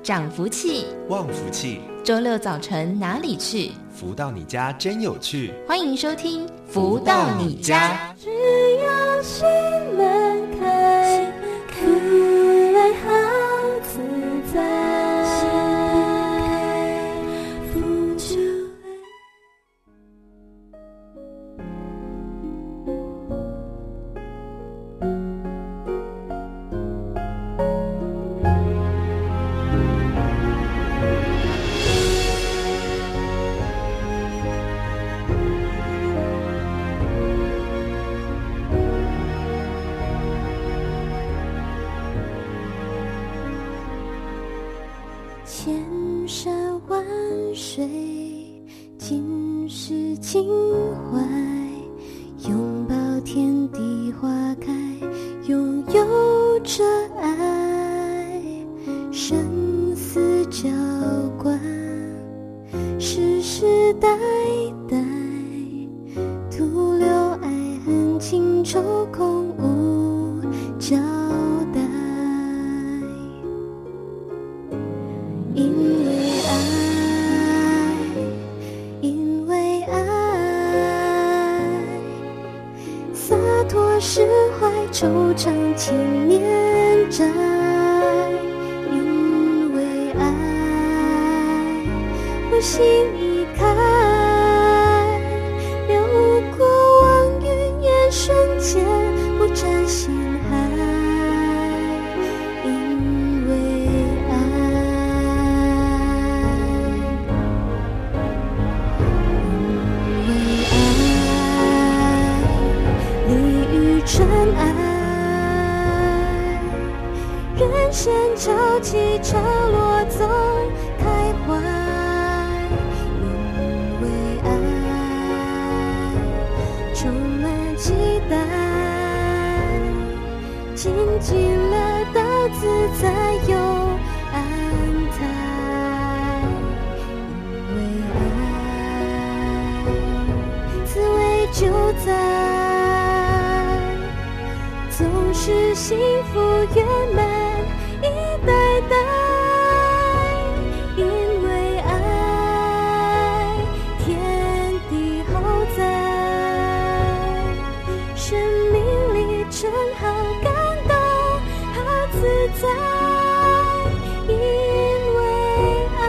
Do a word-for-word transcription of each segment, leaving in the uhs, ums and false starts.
长福气， 旺福气。 周六早晨哪里去？ 福到你家真有趣。 欢迎收听福到你家。 只要心门开，可爱好自在，福就来。千山万水尽是情怀，拥抱天地花开，拥有着爱，生死交关，世世代代，徒留爱恨情仇，空无交代。因为爱，因为爱，洒脱释怀，惆怅千年债。因为爱，我心已开，流过往云烟，瞬间不沾心海。因为真爱，人间交集，潮落总开怀。因为爱，充满期待，静寂了到自在又安泰。因为爱，滋味就在。总是幸福圆满一代代，因为爱，天地厚在，生命里真好感动，好自在，因为爱。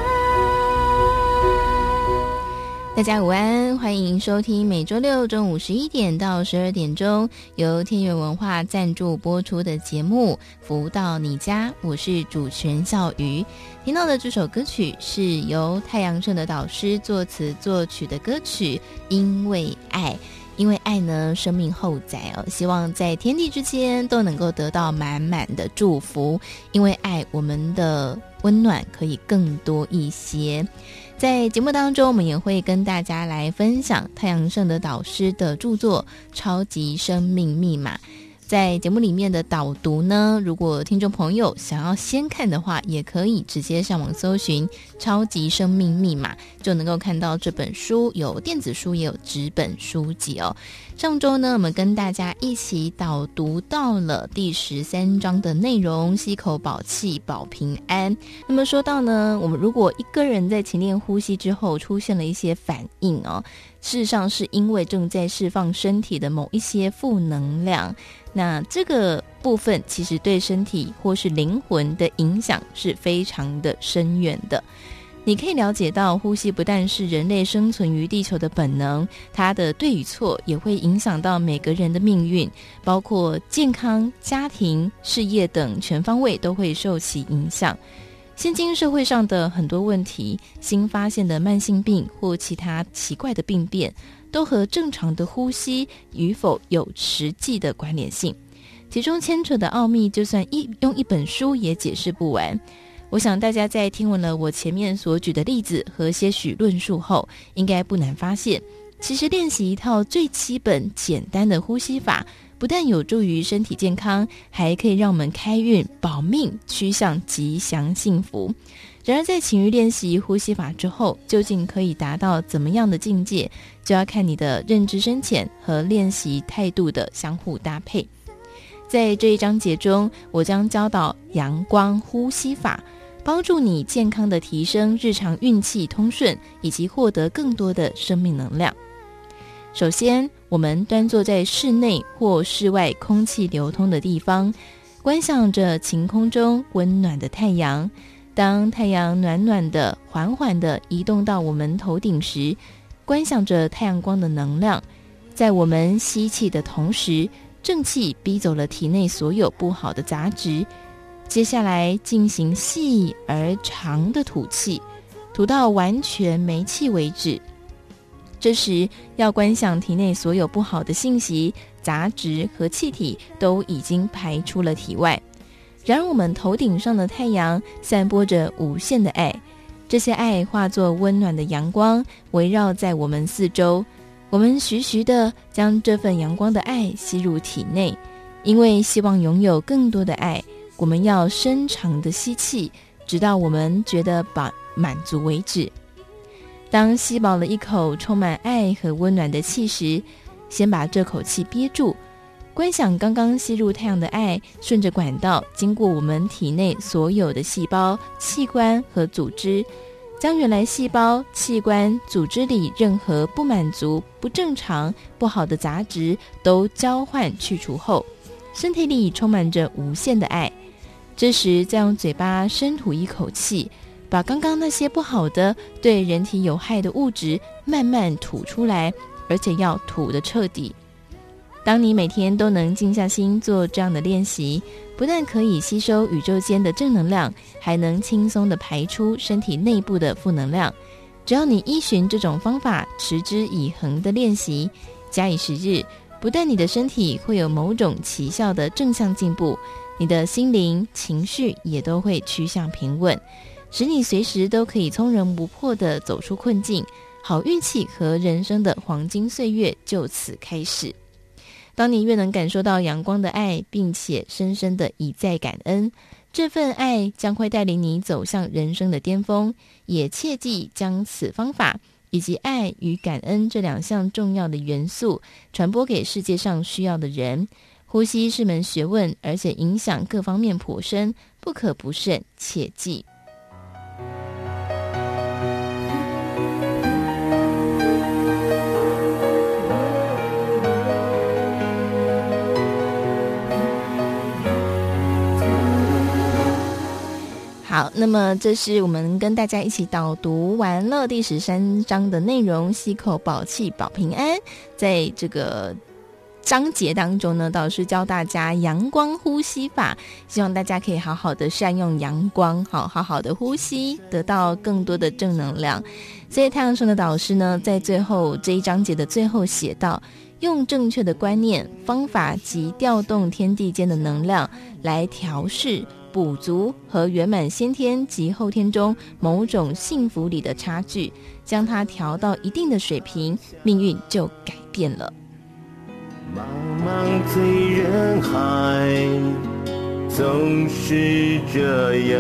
大家午安，欢迎收听每周六中午十一点到十二点钟由天元文化赞助播出的节目福到你家，我是主持人笑瑜。听到的这首歌曲是由太阳盛的导师作词作曲的歌曲因为爱。因为爱呢，生命厚载哦，希望在天地之间都能够得到满满的祝福。因为爱，我们的温暖可以更多一些。在节目当中，我们也会跟大家来分享太阳盛的导师的著作《超级生命密码》。在节目里面的导读呢，如果听众朋友想要先看的话，也可以直接上网搜寻超级生命密码，就能够看到这本书，有电子书也有纸本书籍哦。上周呢，我们跟大家一起导读到了第十三章的内容，吸口宝气保平安。那么说到呢，我们如果一个人在勤练呼吸之后出现了一些反应哦，事实上是因为正在释放身体的某一些负能量，那这个部分其实对身体或是灵魂的影响是非常的深远的。你可以了解到，呼吸不但是人类生存于地球的本能，它的对与错也会影响到每个人的命运，包括健康、家庭、事业等全方位都会受其影响。现今社会上的很多问题，新发现的慢性病或其他奇怪的病变，都和正常的呼吸与否有实际的关联性，其中牵扯的奥秘，就算一用一本书也解释不完。我想大家在听闻了我前面所举的例子和些许论述后，应该不难发现，其实练习一套最基本简单的呼吸法，不但有助于身体健康，还可以让我们开运保命，趋向吉祥幸福。然而在勤于练习呼吸法之后，究竟可以达到怎么样的境界，就要看你的认知深浅和练习态度的相互搭配。在这一章节中，我将教导阳光呼吸法。 帮助你健康的提升日常运气通顺，以及获得更多的生命能量。首先，我们端坐在室内或室外空气流通的地方，观想着晴空中温暖的太阳。当太阳暖暖的缓缓地移动到我们头顶时，观想着太阳光的能量，在我们吸气的同时，正气逼走了体内所有不好的杂质。接下来进行细而长的吐气，吐到完全没气为止。这时要观想体内所有不好的信息、杂质和气体都已经排出了体外。然而我们头顶上的太阳散播着无限的爱，这些爱化作温暖的阳光，围绕在我们四周。我们徐徐地将这份阳光的爱吸入体内，因为希望拥有更多的爱，我们要深长的吸气，直到我们觉得饱满足为止。当吸饱了一口充满爱和温暖的气时，先把这口气憋住，观想刚刚吸入太阳的爱顺着管道经过我们体内所有的细胞、器官和组织，将原来细胞、器官、组织里任何不满足、不正常、不好的杂质都交换去除后，身体里充满着无限的爱。这时再用嘴巴深吐一口气，把刚刚那些不好的、对人体有害的物质慢慢吐出来，而且要吐得彻底。当你每天都能静下心做这样的练习，不但可以吸收宇宙间的正能量，还能轻松地排出身体内部的负能量。只要你依循这种方法，持之以恒的练习，假以时日，不但你的身体会有某种奇效的正向进步，你的心灵、情绪也都会趋向平稳，使你随时都可以从容不迫地走出困境，好运气和人生的黄金岁月就此开始。当你越能感受到阳光的爱，并且深深的以在感恩，这份爱将会带领你走向人生的巅峰。也切记将此方法以及爱与感恩这两项重要的元素传播给世界上需要的人。呼吸是门学问，而且影响各方面颇深，不可不慎，切记。好，那么这是我们跟大家一起导读完了第十三章的内容，吸口宝气保平安。在这个章节当中呢，导师教大家阳光呼吸法，希望大家可以好好的善用阳光，好好好的呼吸，得到更多的正能量。所以太阳升的导师呢，在最后这一章节的最后写道，用正确的观念、方法及调动天地间的能量来调试、补足和圆满先天及后天中某种幸福里的差距，将它调到一定的水平，命运就改变了。 茫茫醉人海，总是这样，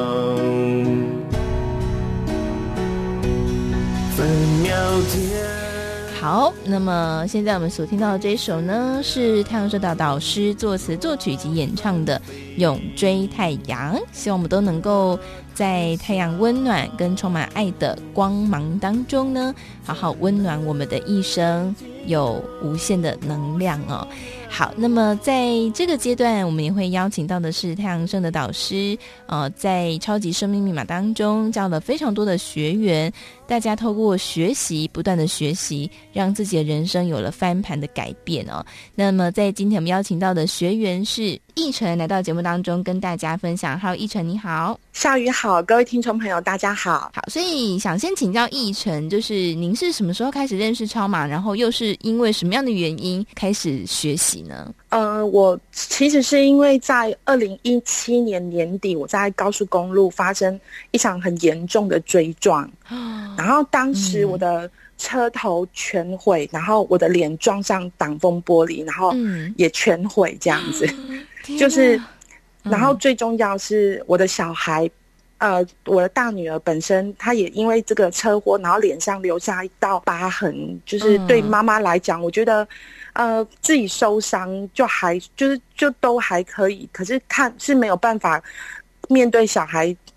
分秒间。 好，那么现在我们所听到的这一首呢，是太阳社的导师作词作曲及演唱的《永追太阳》，希望我们都能够在太阳温暖跟充满爱的光芒当中呢，好好温暖我们的一生，有无限的能量哦。好，那么在这个阶段，我们也会邀请到的是太阳升的导师，呃，在超级生命密码当中教了非常多的学员，大家透过学习，不断的学习，让自己的人生有了翻盘的改变哦。那么在今天我们邀请到的学员是奕晨，来到节目当中跟大家分享。Hello，奕晨你好。 夏雨好，各位听众朋友大家好。 好，所以想先请教奕晨，就是您是什么时候开始认识超马，然后又是因为什么样的原因开始学习呢？ 呃，我其实是因为在二零一七年年底，我在高速公路发生一场很严重的追撞，然后当时我的车头全毁，然后我的脸撞上挡风玻璃，然后也全毁这样子，就是。然后最重要是我的小孩，呃，我的大女儿本身，她也因为这个车祸，然后脸上留下一道疤痕，就是对妈妈来讲，我觉得，呃，自己受伤就还就是就都还可以，可是看是没有办法面对小孩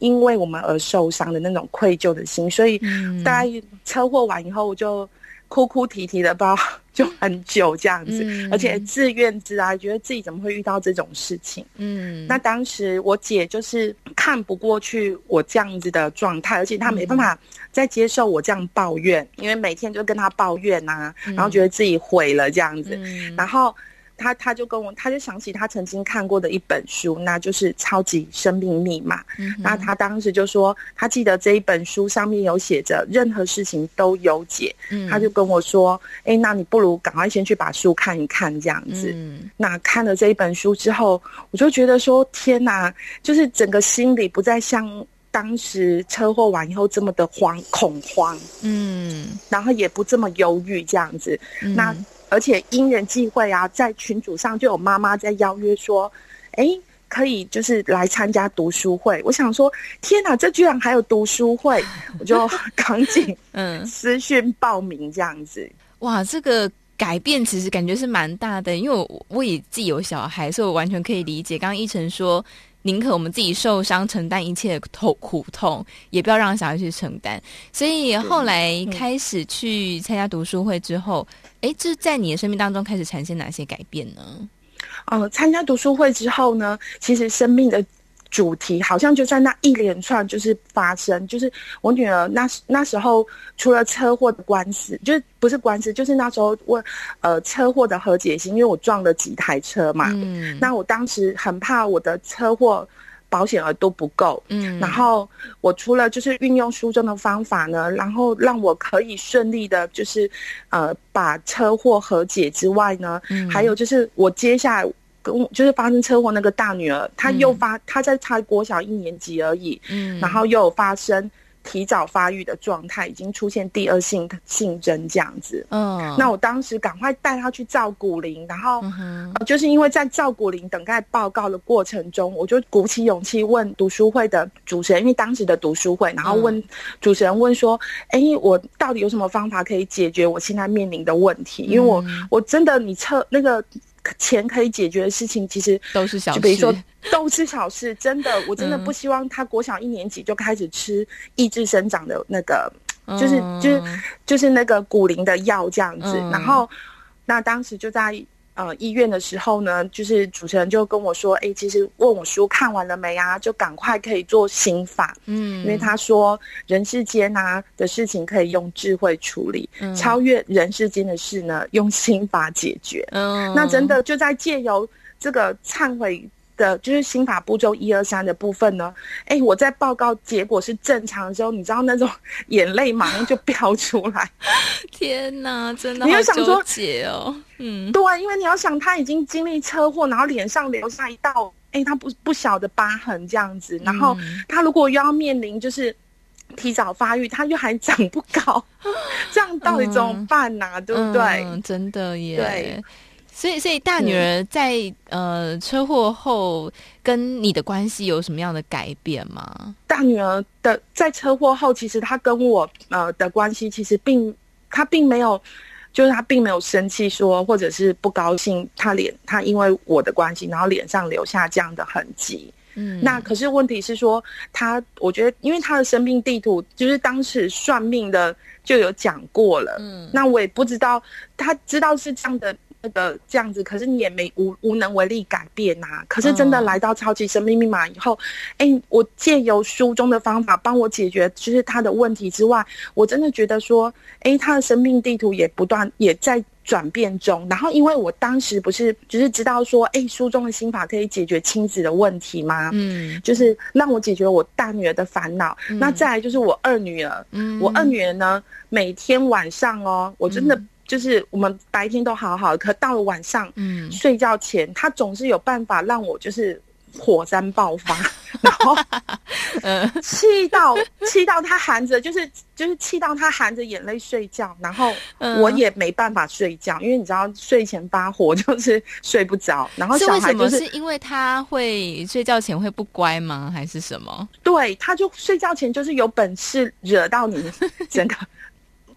因为我们而受伤的那种愧疚的心，所以大概车祸完以后我就哭哭啼啼的，不知道就很久这样子，嗯、而且自怨自哀，觉得自己怎么会遇到这种事情。嗯，那当时我姐就是看不过去我这样子的状态，而且她没办法再接受我这样抱怨，因为每天就跟她抱怨啊，然后觉得自己毁了这样子，嗯、然后。他他就跟我，他就想起他曾经看过的一本书，那就是《超级生命密码》。嗯，那他当时就说，他记得这一本书上面有写着任何事情都有解。嗯，他就跟我说，哎，那你不如赶快先去把书看一看这样子。嗯，那看了这一本书之后，我就觉得说，天哪，就是整个心里不再像当时车祸完以后这么的慌恐慌。嗯，然后也不这么忧郁这样子。嗯、那。而且因缘际会啊，在群组上就有妈妈在邀约说，哎，可以就是来参加读书会。我想说，天哪，这居然还有读书会，我就赶紧嗯私讯报名这样子。 哇，这个改变其实感觉是蛮大的，因为我我也自己有小孩，所以我完全可以理解。刚刚依晨说，宁可我们自己受伤，承担一切的痛苦痛，也不要让小孩去承担。所以后来开始去参加读书会之后，哎、嗯，这在你的生命当中开始产生哪些改变呢？ 呃，参加读书会之后呢，其实生命的主题好像就在那一连串就是发生，就是我女儿那那时候除了车祸的官司，就是不是官司，就是那时候我呃车祸的和解金，因为我撞了几台车嘛，嗯，那我当时很怕我的车祸保险额都不够，嗯，然后我除了就是运用书中的方法呢，然后让我可以顺利的，就是呃把车祸和解之外呢，嗯，还有就是我接下来。跟就是发生车祸那个大女儿，她又发，她、嗯、在才国小一年级而已，嗯，然后又有发生提早发育的状态，已经出现第二性性征这样子，嗯，那我当时赶快带她去照骨龄，然后、嗯呃、就是因为在照骨龄等待报告的过程中，我就鼓起勇气问读书会的主持人，因为当时的读书会，然后问、嗯、主持人问说，哎，我到底有什么方法可以解决我现在面临的问题？因为我、嗯、我真的你测那个。钱可以解决的事情其实都是小事， 就比如说都是小事，真的我真的不希望他国小一年级就开始吃抑制生长的那个、嗯、就是就是就是那个骨龄的药这样子、嗯、然后那当时就在呃医院的时候呢，就是主持人就跟我说，哎，其实问我书看完了没啊，就赶快可以做心法，嗯，因为他说人世间啊的事情可以用智慧处理，嗯，超越人世间的事呢用心法解决，嗯，那真的就在借由这个忏悔的就是心法步骤一二三的部分呢，哎，我在报告结果是正常的时候，你知道那种眼泪马上就飙出来， 天哪，真的好纠结哦。嗯， 对，因为你要想他已经经历车祸，然后脸上留下一道，哎，他不不小的疤痕这样子，然后他如果又要面临就是提早发育，他又还长不高，这样到底怎么办啊？嗯、对不对？ 嗯，真的耶。 对。 所以，所以大女儿在、嗯、呃车祸后跟你的关系有什么样的改变吗？ 大女儿的在车祸后，其实她跟我呃的关系其实并她并没有，就是她并没有生气说，或者是不高兴，她脸她因为我的关系，然后脸上留下这样的痕迹。嗯，那可是问题是说，她我觉得，因为她的生命地图就是当时算命的就有讲过了，嗯，那我也不知道，她知道是这样的。那个这样子，可是你也没无无能为力改变呐、啊。可是真的来到超级生命密码以后，哎、嗯，我借由书中的方法帮我解决就是他的问题之外，我真的觉得说，哎，他的生命地图也不断也在转变中。然后因为我当时不是就是知道说，哎，书中的心法可以解决亲子的问题吗？嗯，就是让我解决我大女儿的烦恼。嗯、那再来就是我二女儿，嗯，我二女儿呢，每天晚上哦，我真的。嗯就是我们白天都好好的，可到了晚上，嗯，睡觉前，他总是有办法让我就是火山爆发，然后，嗯，气到气到他含着，就是就是气到他含着眼泪睡觉，然后我也没办法睡觉，因为你知道睡前发火就是睡不着，然后小孩就是、 是为什么？是因为他会睡觉前会不乖吗？还是什么？ 对，他就睡觉前就是有本事惹到你整个。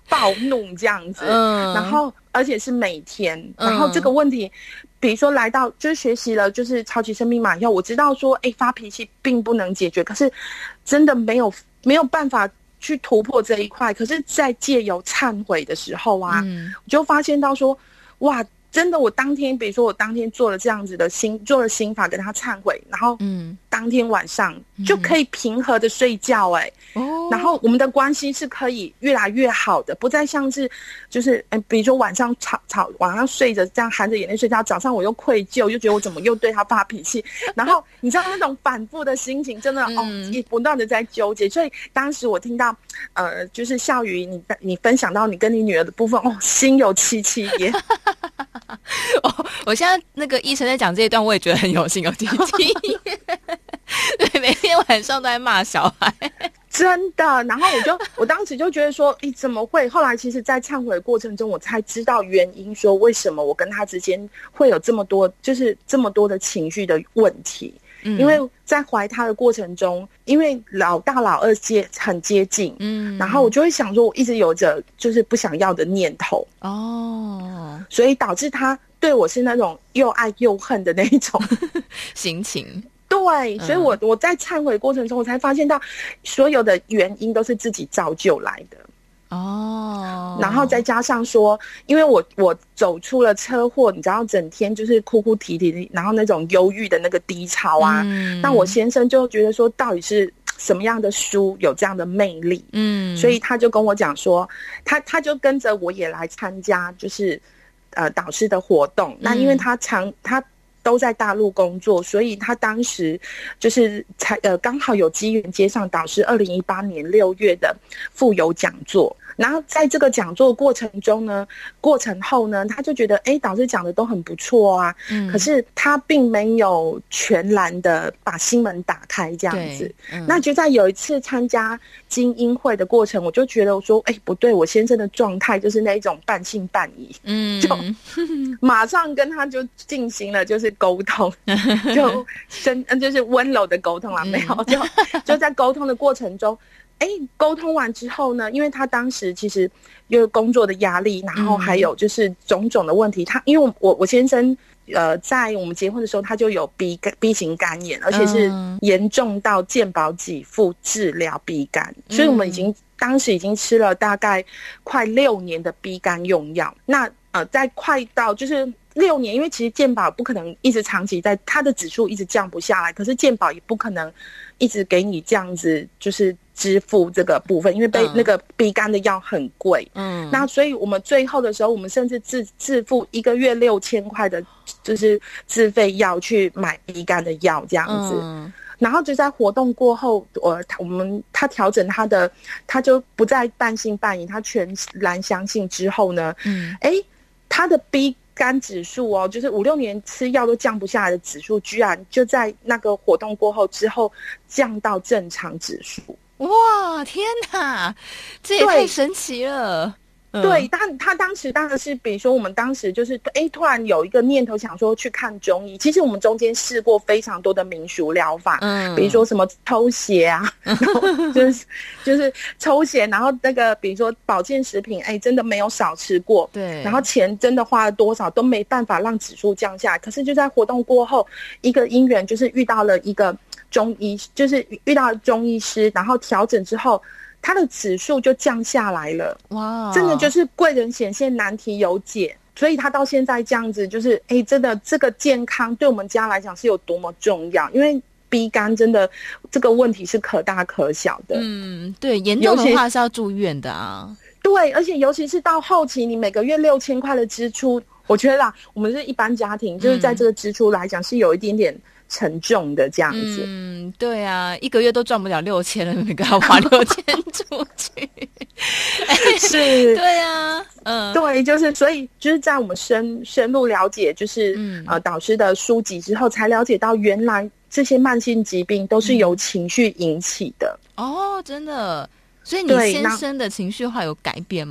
暴怒这样子， 嗯， 然后而且是每天，然后这个问题。比如说来到就是学习了就是超级生命码以后，我知道说哎发脾气并不能解决，可是真的没有没有办法去突破这一块。可是在借由忏悔的时候啊、嗯、我就发现到说哇真的我当天比如说我当天做了这样子的心做了心法跟他忏悔，然后嗯当天晚上就可以平和的睡觉哎、欸嗯，然后我们的关系是可以越来越好的，不再像是就是嗯比如说晚上吵吵晚上睡着这样含着眼泪睡觉，早上我又愧疚又觉得我怎么又对他发脾气，然后你知道那种反复的心情真的、嗯、哦也不断的在纠结。所以当时我听到呃就是孝瑜你你分享到你跟你女儿的部分哦心有戚戚焉。 哦，我现在那个医生在讲这一段，我也觉得很有心有戚戚。对，每天晚上都在骂小孩， 真的。然后我就，我当时就觉得说，咦，怎么会？后来其实，在忏悔的过程中，我才知道原因，说为什么我跟他之间会有这么多，就是这么多的情绪的问题。嗯、因为在怀他的过程中，因为老大老二接很接近，嗯，然后我就会想说，我一直有着就是不想要的念头哦，所以导致他对我是那种又爱又恨的那一种心情。 对，所以我我在忏悔过程中，我才发现到所有的原因都是自己造就来的。哦，然后再加上说，因为我我走出了车祸，你知道，整天就是哭哭啼啼，然后那种忧郁的那个低潮啊，嗯、那我先生就觉得说，到底是什么样的书有这样的魅力？嗯，所以他就跟我讲说，他他就跟着我也来参加，就是呃导师的活动。嗯、那因为他常他。都在大陆工作，所以他当时就是才呃刚好有机缘接上导师二零一八年六月的富有讲座。然后在这个讲座过程中呢，过程后呢，他就觉得哎，导师讲的都很不错啊，嗯，可是他并没有全然的把心门打开这样子。嗯、那就在有一次参加精英会的过程，我就觉得说，哎，不对，我先生的状态就是那一种半信半疑，嗯，就马上跟他就进行了就是沟通，就深就是温柔的沟通啦，没有，就就在沟通的过程中。哎，沟通完之后呢，因为他当时其实有工作的压力，然后还有就是种种的问题。他因为我我先生呃，在我们结婚的时候，他就有 B B 型肝炎，而且是严重到健保给付治疗 B 肝，所以我们已经当时已经吃了大概快六年的 B 肝用药。那呃，在快到就是六年，因为其实健保不可能一直长期在它的指数一直降不下来，可是健保也不可能一直给你这样子就是支付这个部分，因为被那个 B 肝的药很贵，嗯，那所以我们最后的时候，我们甚至自自付一个月六千块的，就是自费药去买 B 肝的药这样子。嗯，然后就在活动过后，我我们他调整他的，他就不再半信半疑，他全然相信之后呢，嗯，哎，他的 B肝指数哦，就是五六年吃药都降不下来的指数，居然就在那个活动过后之后降到正常指数。 哇，天哪，这也太神奇了。 对，但他当时当然是，比如说我们当时就是，哎，突然有一个念头想说去看中医。其实我们中间试过非常多的民俗疗法，嗯，比如说什么抽血啊，然后就是就是抽血，然后那个比如说保健食品，哎，真的没有少吃过，对，然后钱真的花了多少都没办法让指数降下来。可是就在活动过后，一个因缘就是遇到了一个中医，就是遇到了中医师，然后调整之后。他的指数就降下来了，哇！真的就是贵人显现，难题有解，所以他到现在这样子，就是哎，真的这个健康对我们家来讲是有多么重要，因为 B 肝真的这个问题是可大可小的， 嗯，对，严重的话是要住院的啊， 对，而且尤其是到后期，你每个月六千块的支出，我觉得啦，我们是一般家庭，就是在这个支出来讲是有一点点。沉重的这样子， 嗯，对啊，一个月都赚不了六千了，你给他花六千出去， 是， 对啊，嗯， 对，就是所以就是在我们深深入了解，就是、嗯、呃导师的书籍之后，才了解到原来这些慢性疾病都是由情绪引起的、 嗯、哦，真的，所以你先生的情绪化有改变吗？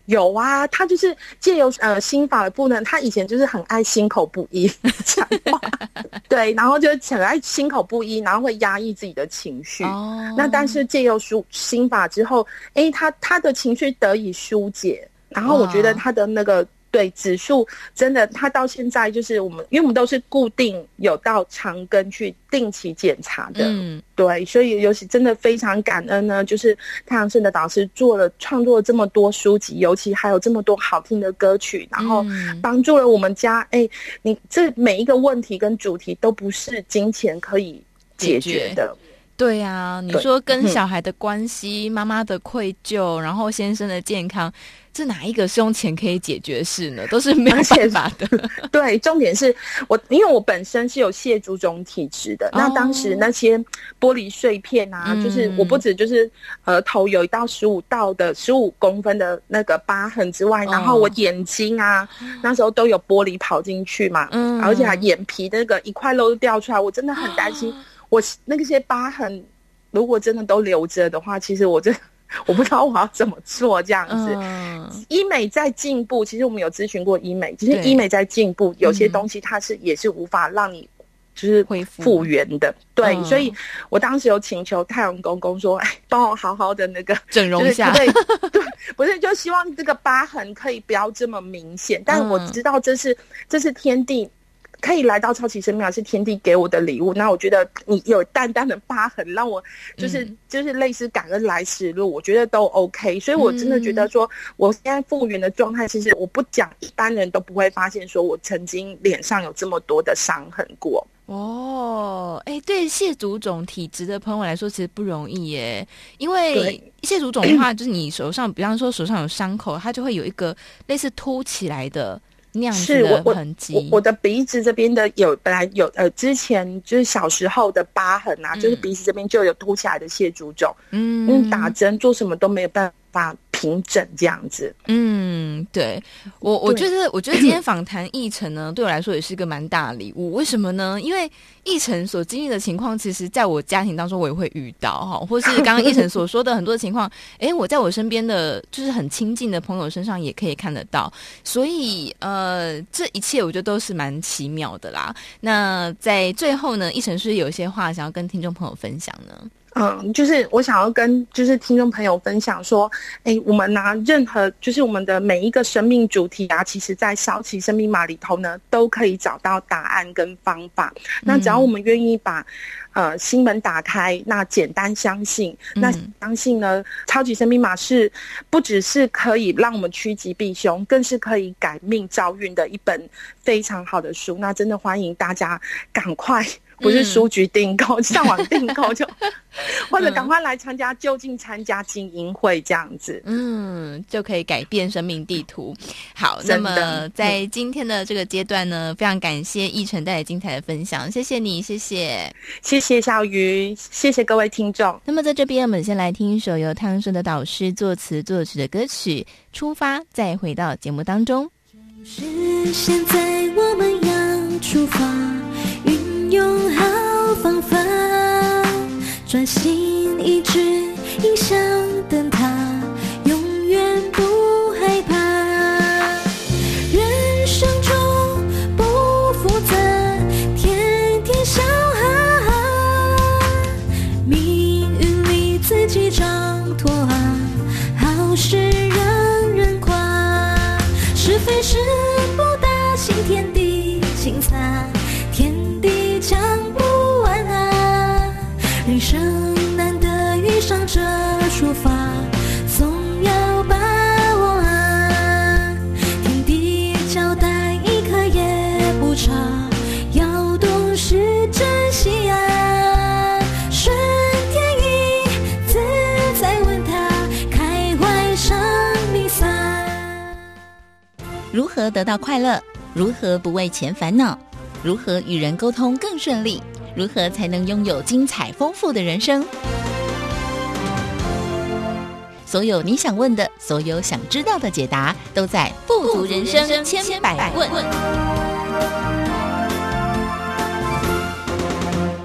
有啊，他就是借由呃心法的部分，他以前就是很爱心口不一讲话，对，然后就很爱心口不一，然后会压抑自己的情绪。哦，那但是借由疏心法之后，哎，他他的情绪得以疏解，然后我觉得他的那个。对指数真的，他到现在就是我们，因为我们都是固定有到长庚去定期检查的，嗯，对，所以尤其真的非常感恩呢，就是太阳盛的导师做了创作了这么多书籍，尤其还有这么多好听的歌曲，然后帮助了我们家。哎、嗯，你这每一个问题跟主题都不是金钱可以解决的。 对啊，你说跟小孩的关系、妈妈的愧疚，然后先生的健康，这哪一个是用钱可以解决的事呢？都是没有办法的。 对，重点是我，因为我本身是有蟹足肿体质的，哦、那当时那些玻璃碎片啊，嗯、就是我不止就是额头有一道十五道的十五公分的那个疤痕之外，哦、然后我眼睛啊，那时候都有玻璃跑进去嘛，嗯，而且还眼皮那个一块肉都掉出来，我真的很担心。哦我那些疤痕如果真的都留着的话，其实我真的我不知道我要怎么做这样子。嗯、医美在进步，其实我们有咨询过医美，其实医美在进步，有些东西它是也是无法让你就是复原的。对、嗯，所以我当时有请求太阳公公说，哎，帮我好好的那个整容一下， 对对，不是就希望这个疤痕可以不要这么明显，但是我知道这是、嗯、这是天地。可以来到超级生命是天地给我的礼物，那我觉得你有淡淡的疤痕让我就是、嗯、就是类似感恩来时路，我觉得都 OK， 所以我真的觉得说我现在复原的状态，其实我不讲一般人都不会发现说我曾经脸上有这么多的伤痕过。 哦，哎，对蟹足肿体质的朋友来说其实不容易耶，因为蟹足肿的话就是你手上比方说手上有伤口，它就会有一个类似凸起来的那样子的痕迹。 我 我, 我的鼻子这边的有本来有呃之前就是小时候的疤痕啊、嗯、就是鼻子这边就有凸起来的蟹足肿，嗯，因为打针做什么都没有办法平整这样子。 嗯，对，我我觉得我觉得今天访谈奕成呢对我来说也是一个蛮大的礼物。为什么呢？因为奕成所经历的情况，其实在我家庭当中我也会遇到哈，或是刚刚奕成所说的很多的情况，哎，我在我身边的就是很亲近的朋友身上也可以看得到，所以呃，这一切我觉得都是蛮奇妙的啦。那在最后呢，奕成是有一些话想要跟听众朋友分享呢？ 嗯，就是我想要跟就是听众朋友分享说，哎，我们拿、啊、任何就是我们的每一个生命主题啊，其实在少奇生命码里头呢，都可以找到答案跟方法。那只要我们愿意把呃心门打开，那简单相信，嗯、那相信呢，超级生命码是不只是可以让我们趋吉避凶，更是可以改命造运的一本非常好的书。那真的欢迎大家赶快。不是书局订购、嗯、上网订购就或者赶快来参加就近参加精英会这样子， 嗯，就可以改变生命地图。好，那么在今天的这个阶段呢，非常感谢奕成带来精彩的分享，谢谢你，谢谢谢谢小鱼，谢谢各位听众。 那么在这边我们先来听一首由汤生的导师作词作曲的歌曲《出发》，再回到节目当中。 是现在我们要出发，用好方法，专心一致影响灯塔，永远不害怕。人生中不负责，天天消耗，命运里自己掌舵啊，好事让人夸，是非是不大，新天地清洒，讲不完啊，人生难得遇上这出发，总要把握啊，天地交代一刻也不差，要懂事珍惜啊，顺天意自在问他，开怀上弥撒。 如何得到快乐？如何不为钱烦恼？如何与人沟通更顺利？如何才能拥有精彩丰富的人生？所有你想问的，所有想知道的解答，都在富足人生千百问。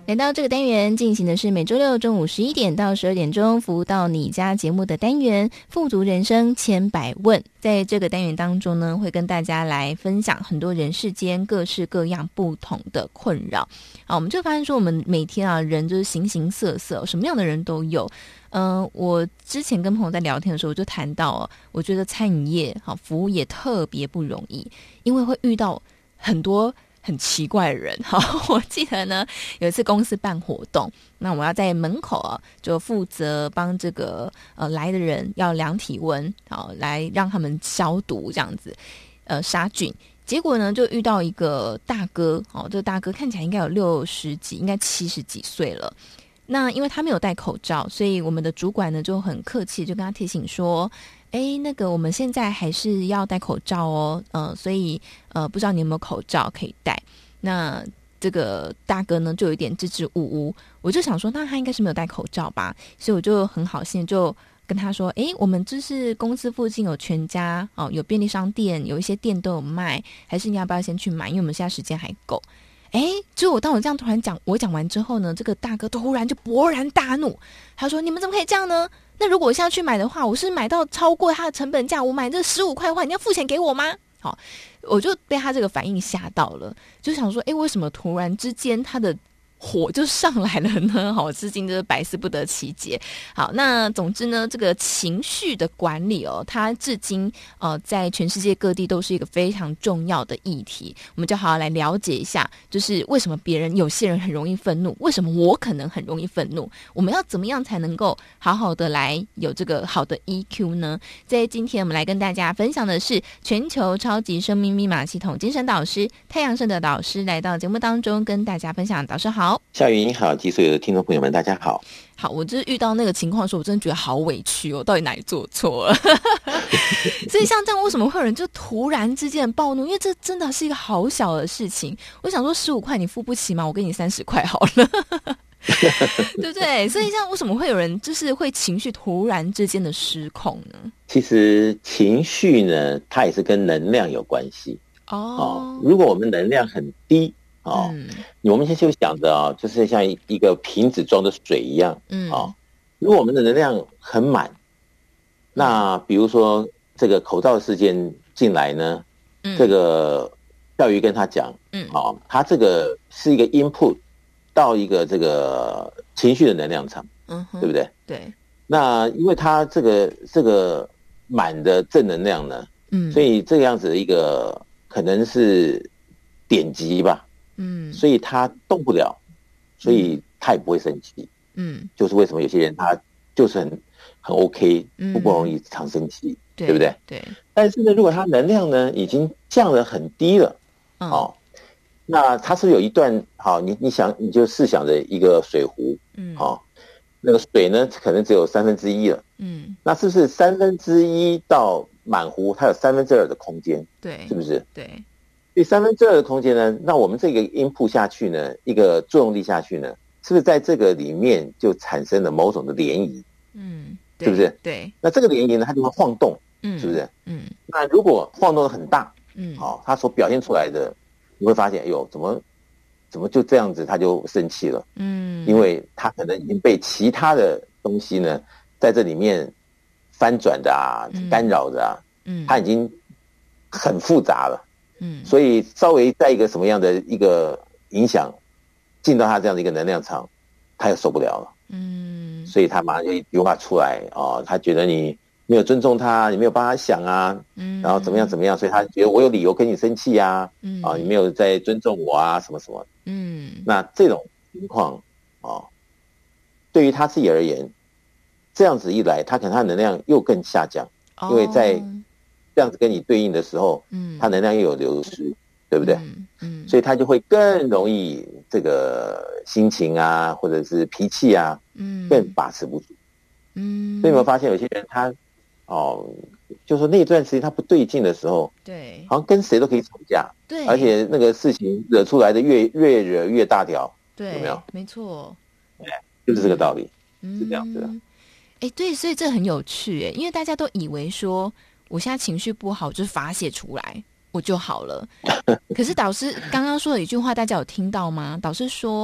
来到这个单元进行的是每周六中午十一点到十二点钟服务到你家节目的单元富足人生千百问。在这个单元当中呢，会跟大家来分享很多人世间各式各样不同的困扰。好，我们就发现说我们每天啊人就是形形色色，什么样的人都有。嗯、呃，我之前跟朋友在聊天的时候，我就谈到、哦、我觉得餐饮业好服务业特别不容易，因为会遇到很多很奇怪的人。好，我记得呢有一次公司办活动，那我要在门口啊就负责帮这个呃来的人要量体温，好来让他们消毒这样子呃杀菌。结果呢就遇到一个大哥，哦，这个大哥看起来应该有六十几应该七十几岁了。那因为他没有戴口罩，所以我们的主管呢就很客气，就跟他提醒说，哎，那个我们现在还是要戴口罩哦，呃，所以呃，不知道你有没有口罩可以戴。那这个大哥呢就有一点支支吾吾，我就想说，那他应该是没有戴口罩吧，所以我就很好心就跟他说，哎，我们就是公司附近有全家哦，有便利商店，有一些店都有卖，还是你要不要先去买？因为我们现在时间还够。哎，就我当我这样突然讲，我讲完之后呢，这个大哥突然就勃然大怒，他说：“你们怎么可以这样呢？那如果我现在去买的话，我是买到超过它的成本价，我买这十五块的话，你要付钱给我吗？”好，我就被他这个反应吓到了，就想说：“哎，为什么突然之间他的火就上来了呢？”好，至今就是百思不得其解。好，那总之呢，这个情绪的管理哦，它至今呃在全世界各地都是一个非常重要的议题。我们就好好来了解一下，就是为什么别人有些人很容易愤怒，为什么我可能很容易愤怒？我们要怎么样才能够好好的来有这个好的 E Q 呢？在今天我们来跟大家分享的是全球超级生命密码系统精神导师太阳盛的导师来到节目当中跟大家分享。导师好。 夏云好，及所有的听众朋友们大家好。 好，我就是遇到那个情况的时候，我真的觉得好委屈哦，到底哪里做错了？所以像这样，为什么会有人就突然之间暴怒？因为这真的是一个好小的事情。我想说，十五块你付不起吗？我给你三十块好了，对不对？所以像为什么会有人就是会情绪突然之间的失控呢？ 其实情绪呢，它也是跟能量有关系哦。哦，如果我们能量很低。哦，嗯、我们现在就想着啊、哦，就是像一个瓶子装的水一样，嗯，哦，如果我们的能量很满，那比如说这个口罩事件进来呢，嗯，这个钓鱼跟他讲，嗯，哦，他这个是一个 input 到一个这个情绪的能量场，嗯，对不对？ 对。 那因为他这个这个满的正能量呢，嗯，所以这个样子的一个可能是点击吧。嗯，所以他动不了，所以他也不会生气。嗯，就是为什么有些人他就是很很 OK， 不不容易常生气，嗯、对不对？ 对。 但是呢，如果他能量呢已经降得很低了，嗯、哦，那他是有一段好，你你想你就试想着一个水壶，嗯，哦，那个水呢可能只有三分之一了，嗯，那是不是三分之一到满壶，它有三分之二的空间？ 对， 是不是？ 对。 所以三分之二的空间呢，那我们这个input下去呢，一个作用力下去呢，是不是在这个里面就产生了某种的涟漪？嗯，是不是？ 对。 那这个涟漪呢，它就会晃动，嗯，是不是？嗯。那如果晃动的很大，嗯，好、哦，它所表现出来的，你会发现，哎呦，怎么怎么就这样子，它就生气了？嗯，因为它可能已经被其他的东西呢，在这里面翻转的啊，干扰的啊，嗯，它已经很复杂了。嗯，所以稍微在一个什么样的一个影响进到他这样的一个能量场，他又受不了了。嗯，所以他马上就有话出来哦，他觉得你没有尊重他，你没有帮他想啊，嗯，然后怎么样怎么样，所以他觉得我有理由跟你生气啊，嗯，啊，你没有在尊重我啊，什么什么，嗯，那这种情况哦，对于他自己而言，这样子一来，他可能他的能量又更下降，哦、因为在这样子跟你对应的时候，嗯，他能量又有流失，对不对？嗯，嗯，所以他就会更容易这个心情啊，或者是脾气啊，嗯，更把持不住。嗯，所以有没有发现有些人他哦，就说那段时间他不对劲的时候，对，好像跟谁都可以吵架，对，而且那个事情惹出来的越越惹越大条，对，有没有？ 没错， 就是这个道理，嗯、是这样子的。 哎，对，所以这很有趣哎，因为大家都以为说。我现在情绪不好，就是发泄出来，我就好了。可是导师刚刚说的一句话，大家有听到吗？导师说，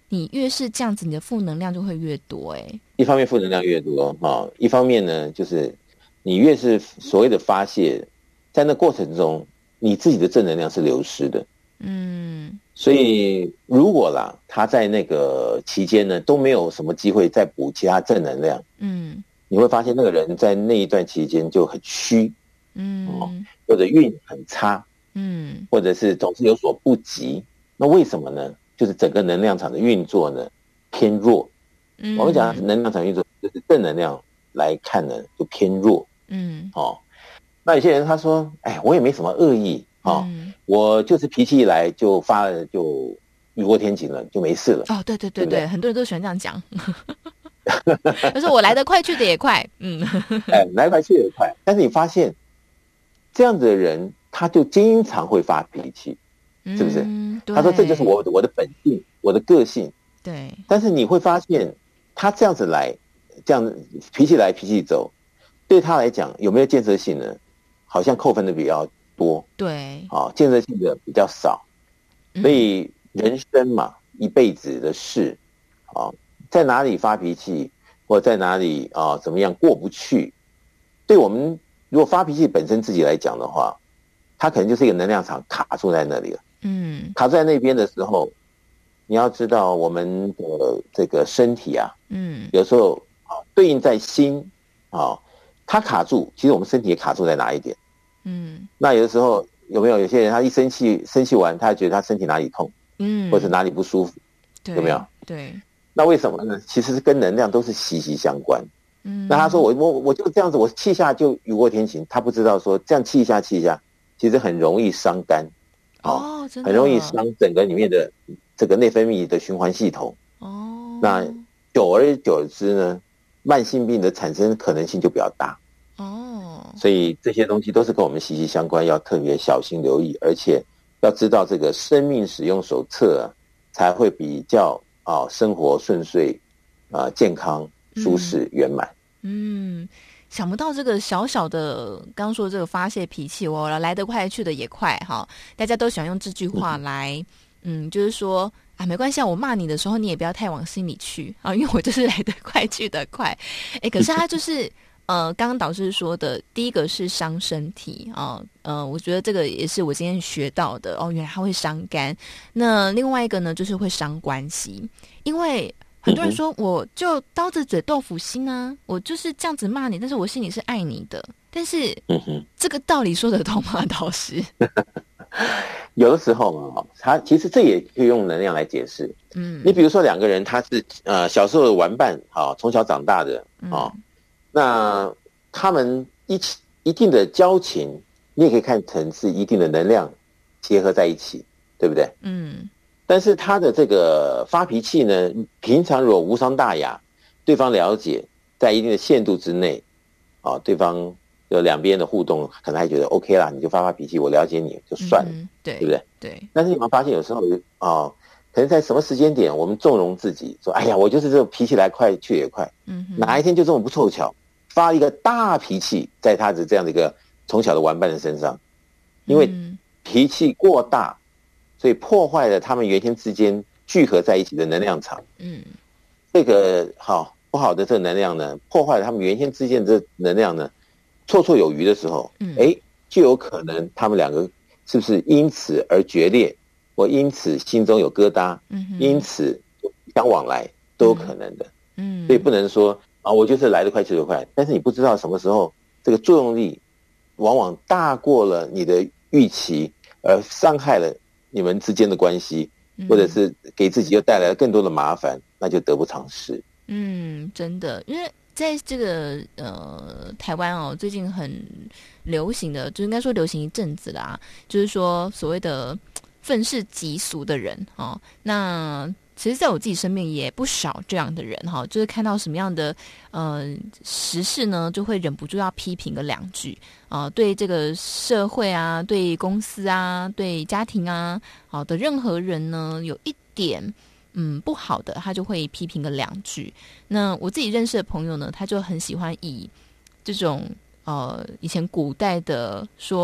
你越是这样子，你的负能量就会越多。哎， 一方面负能量越多哈，一方面呢，就是你越是所谓的发泄，在那过程中，你自己的正能量是流失的。嗯，所以如果啦，他在那个期间呢都没有什么机会再补其他正能量，嗯，你会发现那个人在那一段期间就很虚，嗯、哦，或者运很差，嗯，或者是总是有所不及。那为什么呢？就是整个能量场的运作呢偏弱。嗯，我们讲能量场运作就是正能量来看呢就偏弱。嗯，哦，那有些人他说，哎，我也没什么恶意。哦、嗯，我就是脾气一来就发了，就雨过天晴了，就没事了。 哦，对对对 对, 对，很多人都喜欢这样讲。就是我来得快，去得也快。嗯， 哎，来得快去得也快。但是你发现这样子的人，他就经常会发脾气，嗯、是不是？他说这就是我我的本性，我的个性。 对。 但是你会发现，他这样子来，这样脾气来脾气走，对他来讲有没有建设性呢？好像扣分的比较多， 对， 啊，建设性的比较少，所以人生嘛，一辈子的事，啊，在哪里发脾气，或在哪里啊，怎么样过不去，对我们如果发脾气本身自己来讲的话，它可能就是一个能量场卡住在那里了。嗯，卡在那边的时候，你要知道我们的这个身体啊，嗯，有时候啊对应在心啊，它卡住，其实我们身体也卡住在哪一点。嗯，那有的时候有没有有些人他一生气，生气完他觉得他身体哪里痛，嗯，或者哪里不舒服，有没有？ 对， 那为什么呢？其实是跟能量都是息息相关。嗯，那他说我我我就这样子，我气下就雨过天晴，他不知道说这样气一下气一下，其实很容易伤肝， 哦，真的很容易伤整个里面的这个内分泌的循环系统。哦，那久而久之呢，慢性病的产生可能性就比较大。哦，所以这些东西都是跟我们息息相关，要特别小心留意，而且要知道这个生命使用手册、啊、才会比较啊生活顺遂啊健康舒适圆满。嗯， 想不到这个小小的刚刚说这个发泄脾气，我来得快去得也快哈，大家都喜欢用这句话来，嗯，嗯就是说啊，没关系啊，我骂你的时候你也不要太往心里去啊，因为我就是来得快去得快。哎，可是他就是。呃，刚刚导师说的第一个是伤身体啊、呃，呃，我觉得这个也是我今天学到的哦，原来它会伤肝。那另外一个呢，就是会伤关系，因为很多人说我就刀子嘴豆腐心啊，我就是这样子骂你，但是我心里是爱你的，但是这个道理说得通吗，导师？ 有的时候啊，他其实这也可以用能量来解释。嗯，你比如说两个人他是呃小时候的玩伴啊，从小长大的啊。嗯那他们一起一定的交情，你也可以看成是一定的能量结合在一起，对不对？嗯。但是他的这个发脾气呢，平常如果无伤大雅，对方了解，在一定的限度之内，啊，对方有两边的互动，可能还觉得 OK 啦，你就发发脾气，我了解你就算了，嗯、 对， 对不对？ 对。 但是你们发现有时候啊。可能在什么时间点，我们纵容自己说：“哎呀，我就是这种脾气来快去也快。”嗯，哪一天就这么不凑巧，发一个大脾气在他的这样的一个从小的玩伴的身上，因为脾气过大，所以破坏了他们原先之间聚合在一起的能量场。嗯，这个好不好的这个能量呢，破坏了他们原先之间的这能量呢，绰绰有余的时候，嗯，哎，就有可能他们两个是不是因此而决裂？我因此心中有疙瘩，嗯、因此相往来都有可能的，嗯，所以不能说啊，我就是来得快去得快，但是你不知道什么时候这个作用力往往大过了你的预期，而伤害了你们之间的关系，嗯、或者是给自己又带来了更多的麻烦，那就得不偿失。 嗯，真的，因为在这个呃台湾哦，最近很流行的，就应该说流行一阵子啦，就是说所谓的。愤世嫉俗的人哦，那其实在我自己身边也不少这样的人哈、哦，就是看到什么样的呃时事呢，就会忍不住要批评个两句啊、呃，对这个社会啊，对公司啊，对家庭啊，好、哦、的任何人呢，有一点嗯不好的，他就会批评个两句。那我自己认识的朋友呢，他就很喜欢以这种。呃，以前古代的说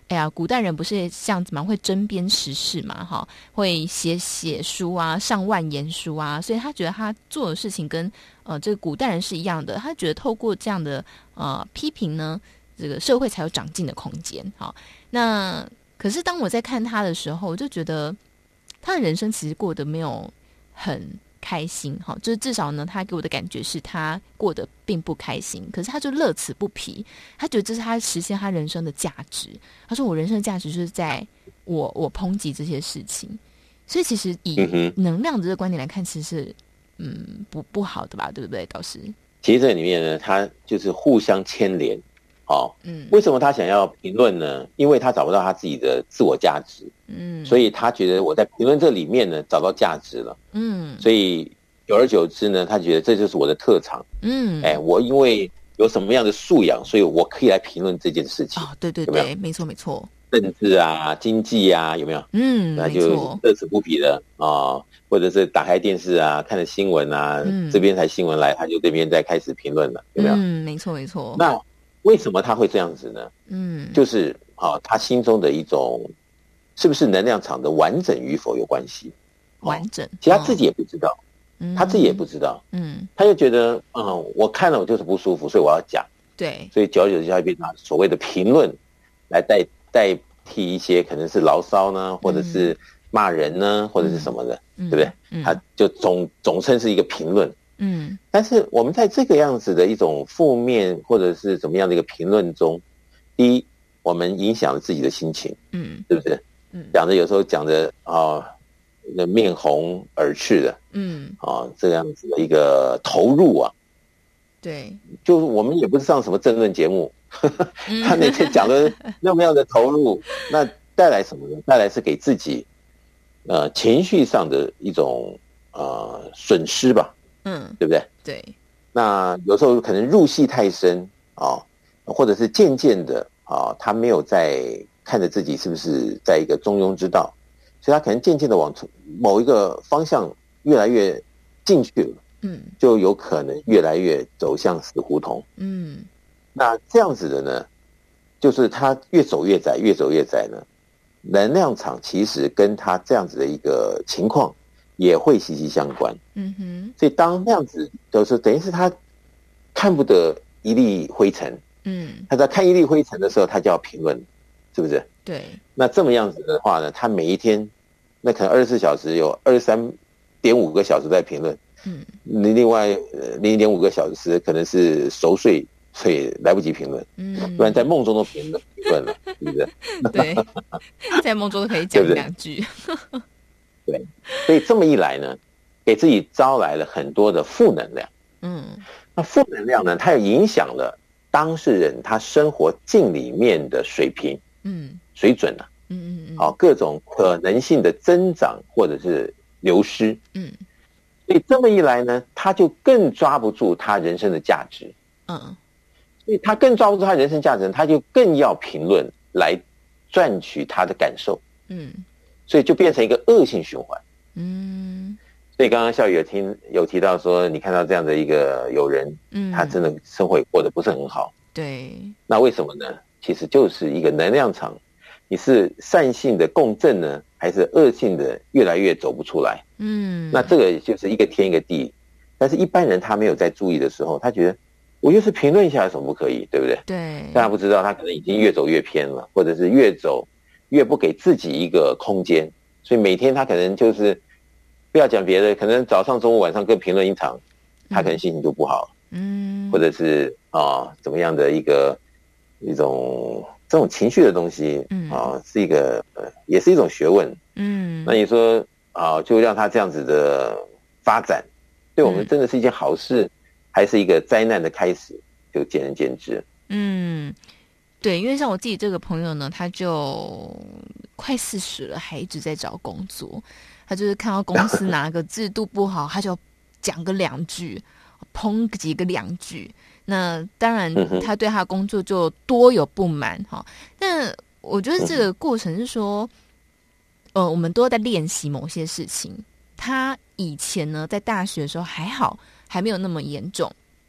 哎呀，古代人不是这样子嘛，会针砭时事嘛，哈，会写写书啊，上万言书啊，所以他觉得他做的事情跟呃这个古代人是一样的。他觉得透过这样的呃批评呢，这个社会才有长进的空间。好，那可是当我在看他的时候，我就觉得他的人生其实过得没有很开心，哈，就是至少呢，他给我的感觉是他过得并不开心，可是他就乐此不疲，他觉得这是他实现他人生的价值。他说我人生的价值就是在我我抨击这些事情，所以其实以能量的这个观点来看，其实是嗯不不好的吧，对不对，导师？ 其实这里面呢，他就是互相牵连。哦，嗯，为什么他想要评论呢？因为他找不到他自己的自我价值，嗯，所以他觉得我在评论这里面呢找到价值了，嗯，所以久而久之呢，他觉得这就是我的特长，嗯，哎，我因为有什么样的素养，所以我可以来评论这件事情。 哦，对对对，有有没错没错， 政治啊、经济啊，有没有？嗯，那就乐此不疲的啊、哦，或者是打开电视啊，看着新闻啊，嗯、这边台新闻来，他就这边再开始评论了，有没有？ 嗯，没错没错。 那为什么他会这样子呢？嗯，就是啊，他心中的一种是不是能量场的完整与否有关系？ 完整， 其实他自己也不知道，哦、他自己也不知道，嗯，他就觉得，嗯，我看了我就是不舒服，所以我要讲， 对， 所以久而久之就会变成所谓的评论来代代替一些可能是牢骚呢，或者是骂人呢，嗯、或者是什么的，嗯、对不对？嗯、他就总总称是一个评论。嗯，但是我们在这个样子的一种负面或者是怎么样的一个评论中，第一，我们影响了自己的心情，嗯，对不对？嗯，讲的有时候讲的啊，那面红耳赤的，嗯，啊，这样子的一个投入啊， 对， 就是我们也不是上什么政论节目，呵呵他那天讲的那么样的投入，那带来什么呢？带来是给自己呃情绪上的一种呃损失吧。嗯，对不对？ 对， 那有时候可能入戏太深啊，或者是渐渐的啊，他没有在看着自己是不是在一个中庸之道，所以他可能渐渐的往某一个方向越来越进去了，嗯，就有可能越来越走向死胡同，嗯，那这样子的呢，就是他越走越窄，越走越窄呢，能量场其实跟他这样子的一个情况也会息息相关，嗯哼，所以当那样子就是等于是他看不得一粒灰尘，嗯，他在看一粒灰尘的时候，他就要评论，是不是？ 对。 那这么样子的话呢，他每一天，那可能二十四小时有二十三点五个小时在评论，嗯，你另外零点五个小时可能是熟睡，所以来不及评论，嗯，不然在梦中都评论评论了，是不是？ 对，在梦中都可以讲两句。 对，所以这么一来呢，给自己招来了很多的负能量。嗯，那负能量呢，它也影响了当事人他生活境里面的水平，嗯，水准啊，嗯嗯嗯，好，各种可能性的增长或者是流失，嗯，所以这么一来呢，他就更抓不住他人生的价值，嗯，所以他更抓不住他人生价值，他就更要评论来赚取他的感受，嗯。所以就变成一个恶性循环，嗯，所以刚刚孝宇有听有提到说，你看到这样的一个友人，嗯，他真的生活也过得不是很好， 对， 那为什么呢？其实就是一个能量场，你是善性的共振呢，还是恶性的越来越走不出来？嗯，那这个就是一个天一个地，但是一般人他没有在注意的时候，他觉得我就是评论一下有什么不可以，对不对？ 对， 但他不知道他可能已经越走越偏了，或者是越走越不给自己一个空间，所以每天他可能就是不要讲别的，可能早上、中午、晚上各评论一场，他可能心情就不好，嗯，或者是啊怎么样的一个一种这种情绪的东西，嗯啊是一个呃也是一种学问，嗯，那你说啊就让他这样子的发展，对我们真的是一件好事，嗯、还是一个灾难的开始，就见仁见智， 嗯。对，因为像我自己这个朋友呢，他就快四十了，还一直在找工作。他就是看到公司哪个制度不好，他就讲个两句，抨击个两句。那当然，他对他的工作就多有不满哈。但我觉得这个过程是说，呃，我们都在练习某些事情。他以前呢，在大学的时候还好，还没有那么严重。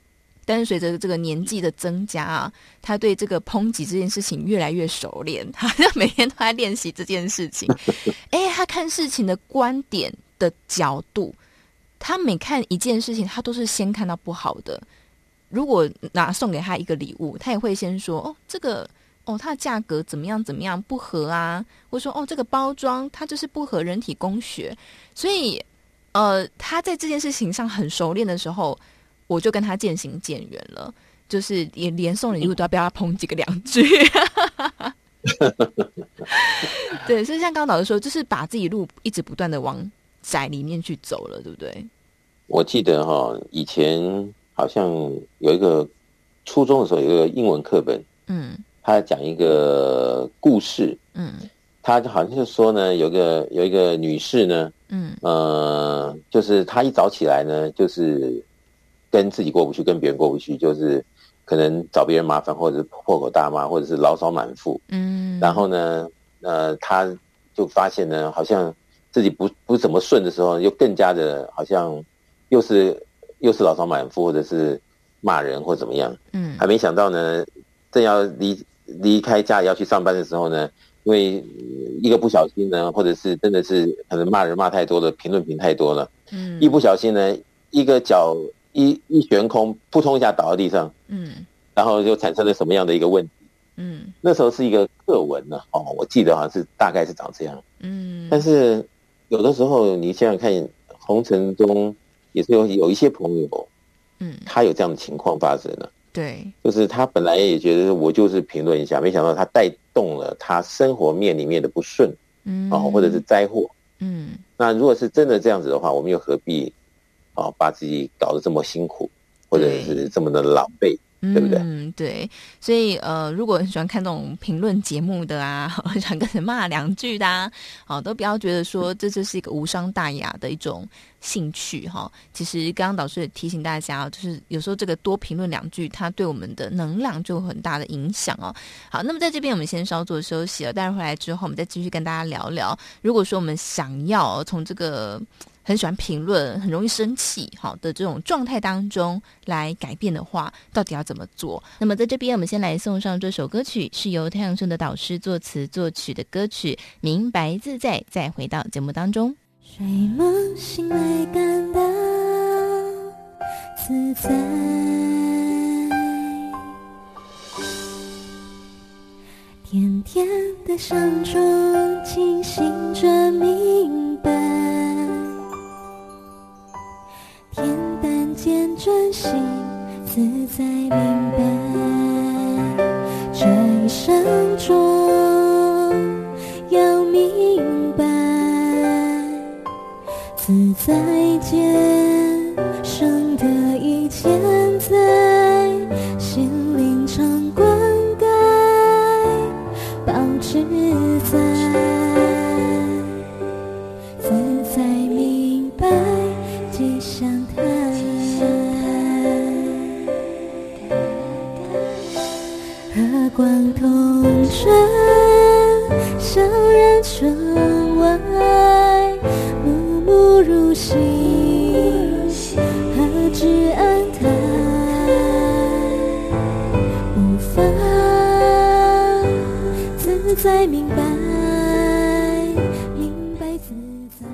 但是随着这个年纪的增加啊，他对这个抨击这件事情越来越熟练，好像每天都在练习这件事情。哎，他看事情的观点的角度，他每看一件事情，他都是先看到不好的。如果拿送给他一个礼物，他也会先说：“哦，这个哦，它的价格怎么样怎么样不合啊？”或者说：“哦，这个包装它就是不合人体工学。”所以，呃，他在这件事情上很熟练的时候，我就跟他渐行渐远了，就是也连送礼物都要被他抨击个两句。对，所以像刚刚老师说，就是把自己路一直不断的往窄里面去走了，对不对？ 我记得哈、哦，以前好像有一个初中的时候有一个英文课本，嗯，他讲一个故事，嗯，他好像是说呢，有个有一个女士呢，嗯，呃，就是她一早起来呢，就是跟自己过不去，跟别人过不去，就是可能找别人麻烦，或者是破口大骂，或者是牢骚满腹，嗯，然后呢，呃，她就发现呢，好像自己不不怎么顺的时候，又更加的好像又是又是牢骚满腹，或者是骂人或怎么样，嗯，还没想到呢，正要离离开家里要去上班的时候呢，因为一个不小心呢，或者是真的是可能骂人骂太多了，评论评太多了，嗯，一不小心呢，一个脚一一悬空，扑通一下倒在地上，嗯，然后就产生了什么样的一个问题？嗯，那时候是一个课文呢，哦，我记得好像是大概是长这样，嗯，但是有的时候你想想看，红尘中也是有有一些朋友，嗯，他有这样的情况发生了。 对， 就是他本来也觉得我就是评论一下，没想到他带动了他生活面里面的不顺，嗯，哦，或者是灾祸，嗯，那如果是真的这样子的话，我们又何必哦把自己搞得这么辛苦，或者是这么的狼狈，对不对？ 嗯，对，所以呃，如果很喜欢看这种评论节目的啊，很喜欢跟人骂两句的啊，哦，都不要觉得说这就是一个无伤大雅的一种兴趣哈。其实刚刚导师也提醒大家，就是有时候这个多评论两句，它对我们的能量就有很大的影响哦。好，那么在这边我们先稍作休息了，待会回来之后我们再继续跟大家聊聊。如果说我们想要从这个很喜欢评论、很容易生气好的这种状态当中来改变的话，到底要怎么做？那么在这边我们先来送上这首歌曲，是由太阳升的导师作词作曲的歌曲《明白自在》，再回到节目当中。 睡梦醒来感到自在，甜甜的香中清醒着明白，恬淡间专心自在明白，这一生中要明白，自在间生得一千载，心灵常灌溉，保持在自在明白吉祥台，和光同尘，笑然春外，暮暮如星，何止安泰，无法自在明白，明白自在。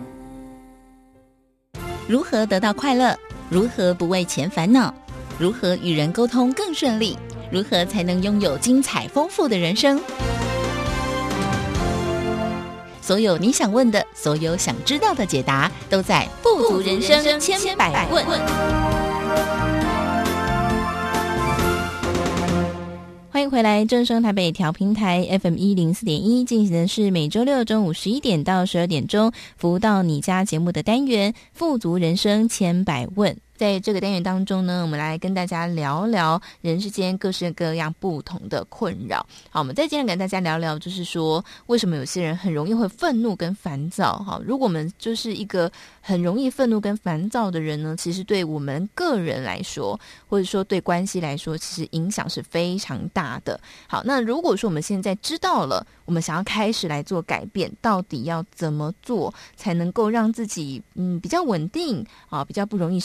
如何得到快乐？如何不为钱烦恼？如何与人沟通更顺利？如何才能拥有精彩丰富的人生？所有你想问的，所有想知道的解答，都在富足人生千百问。 欢迎回来，正声台北调频台 F M 一零四点一，进行的是每周六中午十一点到十二点钟服务到你家节目的单元富足人生千百问。在这个单元当中呢，我们来跟大家聊聊人世间各式各样不同的困扰。好，我们再接着跟大家聊聊，就是说为什么有些人很容易会愤怒跟烦躁。好，如果我们就是一个很容易愤怒跟烦躁的人呢，其实对我们个人来说，或者说对关系来说，其实影响是非常大的。好，那如果说我们现在知道了，我们想要开始来做改变，到底要怎么做才能够让自己嗯比较稳定啊，比较不容易生气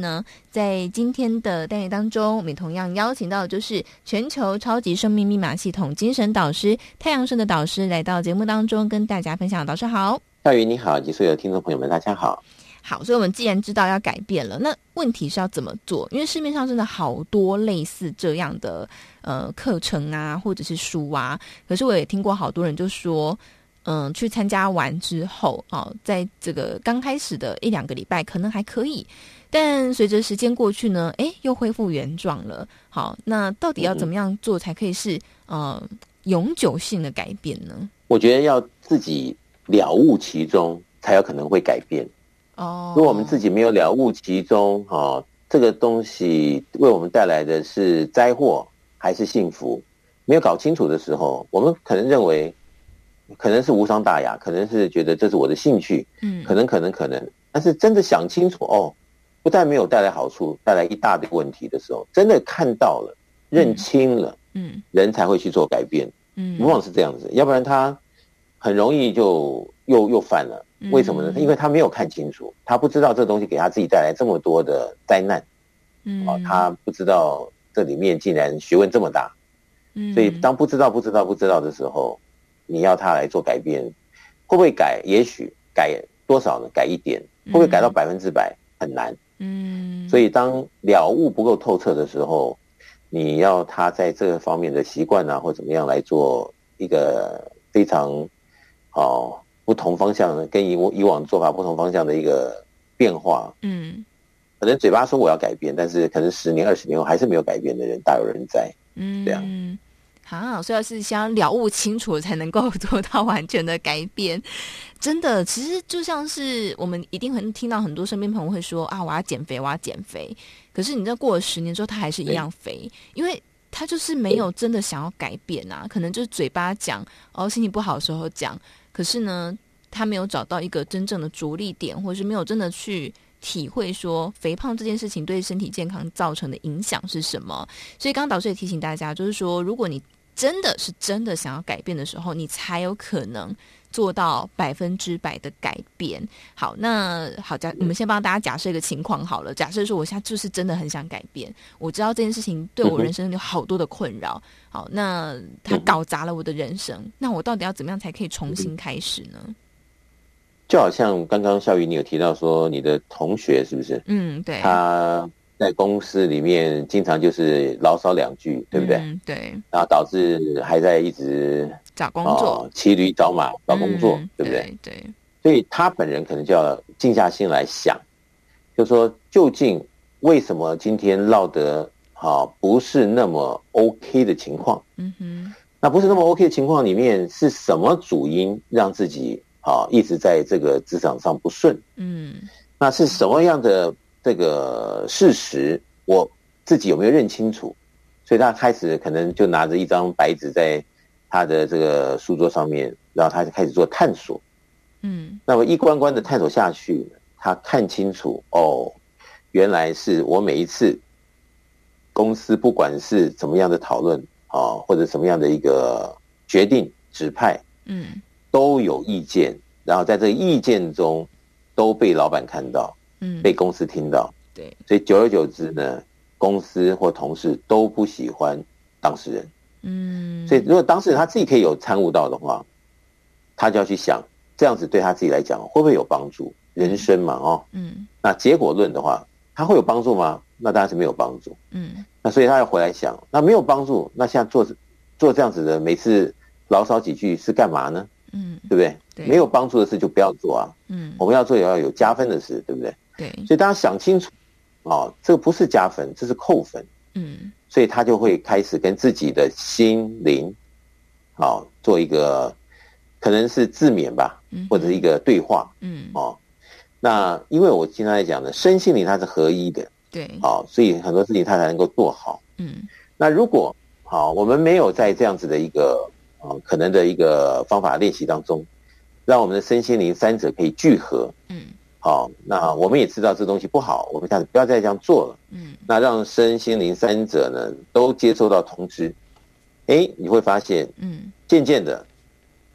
呢，在今天的单元当中，我们同样邀请到的就是全球超级生命密码系统精神导师太阳神的导师来到节目当中跟大家分享。导师好。 夏云你好，以及所有的听众朋友们大家好。 好，所以我们既然知道要改变了，那问题是要怎么做？因为市面上真的好多类似这样的呃课程啊，或者是书啊。可是我也听过好多人就说，嗯、呃，去参加完之后哦，在这个刚开始的一两个礼拜可能还可以，但随着时间过去呢，哎，又恢复原状了。好，那到底要怎么样做才可以是呃永久性的改变呢？ 我觉得要自己了悟其中，才有可能会改变。哦，如果我们自己没有了悟其中，哦，这个东西为我们带来的是灾祸还是幸福，没有搞清楚的时候，我们可能认为可能是无伤大雅，可能是觉得这是我的兴趣，嗯，可能可能可能，但是真的想清楚，哦，不但没有带来好处，带来一大堆问题的时候，真的看到了，认清了，嗯，人才会去做改变，嗯，往往是这样子，要不然他很容易就又又犯了。为什么呢？因为他没有看清楚，他不知道这东西给他自己带来这么多的灾难，嗯，哦，他不知道这里面竟然学问这么大，嗯，所以当不知道不知道不知道的时候，你要他来做改变，会不会改？也许改多少呢？改一点，会不会改到百分之百？很难，嗯，所以当了悟不够透彻的时候，你要他在这个方面的习惯啊，或怎么样来做一个非常哦。不同方向的跟以以往做法不同方向的一个变化，嗯，可能嘴巴说我要改变，但是可能十年二十年后还是没有改变的人大有人在，嗯，这样。 好，所以要是先了悟清楚才能够做到完全的改变。真的，其实就像是我们一定会听到很多身边朋友会说啊，我要减肥，我要减肥。可是你这过了十年之后，他还是一样肥，因为他就是没有真的想要改变啊，可能就是嘴巴讲，哦，心情不好的时候讲。可是呢，他没有找到一个真正的着力点，或者是没有真的去体会说肥胖这件事情对身体健康造成的影响是什么。所以刚刚导师也提醒大家，就是说如果你真的是真的想要改变的时候，你才有可能做到百分之百的改变。好，那好，假我们先帮大家假设一个情况好了。假设说我现在就是真的很想改变，我知道这件事情对我人生有好多的困扰。好，那它搞砸了我的人生，那我到底要怎么样才可以重新开始呢？ 就好像刚刚孝瑜你有提到说你的同学是不是？嗯，对，他在公司里面经常就是牢骚两句，对不对？嗯，对，然后导致还在一直找工作， 哦、骑驴找马找工作，嗯、对不对？ 对，对， 所以他本人可能就要静下心来想，就说究竟为什么今天落得啊不是那么 OK 的情况？嗯哼，那不是那么 OK 的情况里面是什么主因让自己啊一直在这个职场上不顺？嗯，那是什么样的这个事实我自己有没有认清楚？所以他开始可能就拿着一张白纸在他的这个书桌上面，然后他就开始做探索。嗯，那么一关关的探索下去，他看清楚哦，原来是我每一次公司不管是怎么样的讨论啊，或者什么样的一个决定指派，嗯，都有意见，然后在这个意见中都被老板看到，嗯，被公司听到，对，所以久而久之呢，公司或同事都不喜欢当事人，嗯，所以如果当事人他自己可以有参悟到的话，他就要去想。这样子对他自己来讲会不会有帮助？人生嘛，哦，嗯，那结果论的话，他会有帮助吗？那当然是没有帮助，嗯，那所以他要回来想，那没有帮助，那现在做做这样子的，每次牢骚几句是干嘛呢？嗯，对不对？对，没有帮助的事就不要做啊，嗯，我们要做也要有加分的事，对不对？对，所以大家想清楚，哦，这个不是加分，这是扣分，嗯，所以他就会开始跟自己的心灵，哦，做一个。可能是自勉吧，或者是一个对话，嗯，哦，那因为我经常在讲的，身心灵它是合一的，对，哦，所以很多事情它才能够做好，嗯，那如果好、哦，我们没有在这样子的一个呃可能的一个方法练习当中，让我们的身心灵三者可以聚合，嗯，好、哦，那我们也知道这东西不好，我们下次不要再这样做了，嗯，那让身心灵三者呢都接收到通知，哎，你会发现，嗯，渐渐的。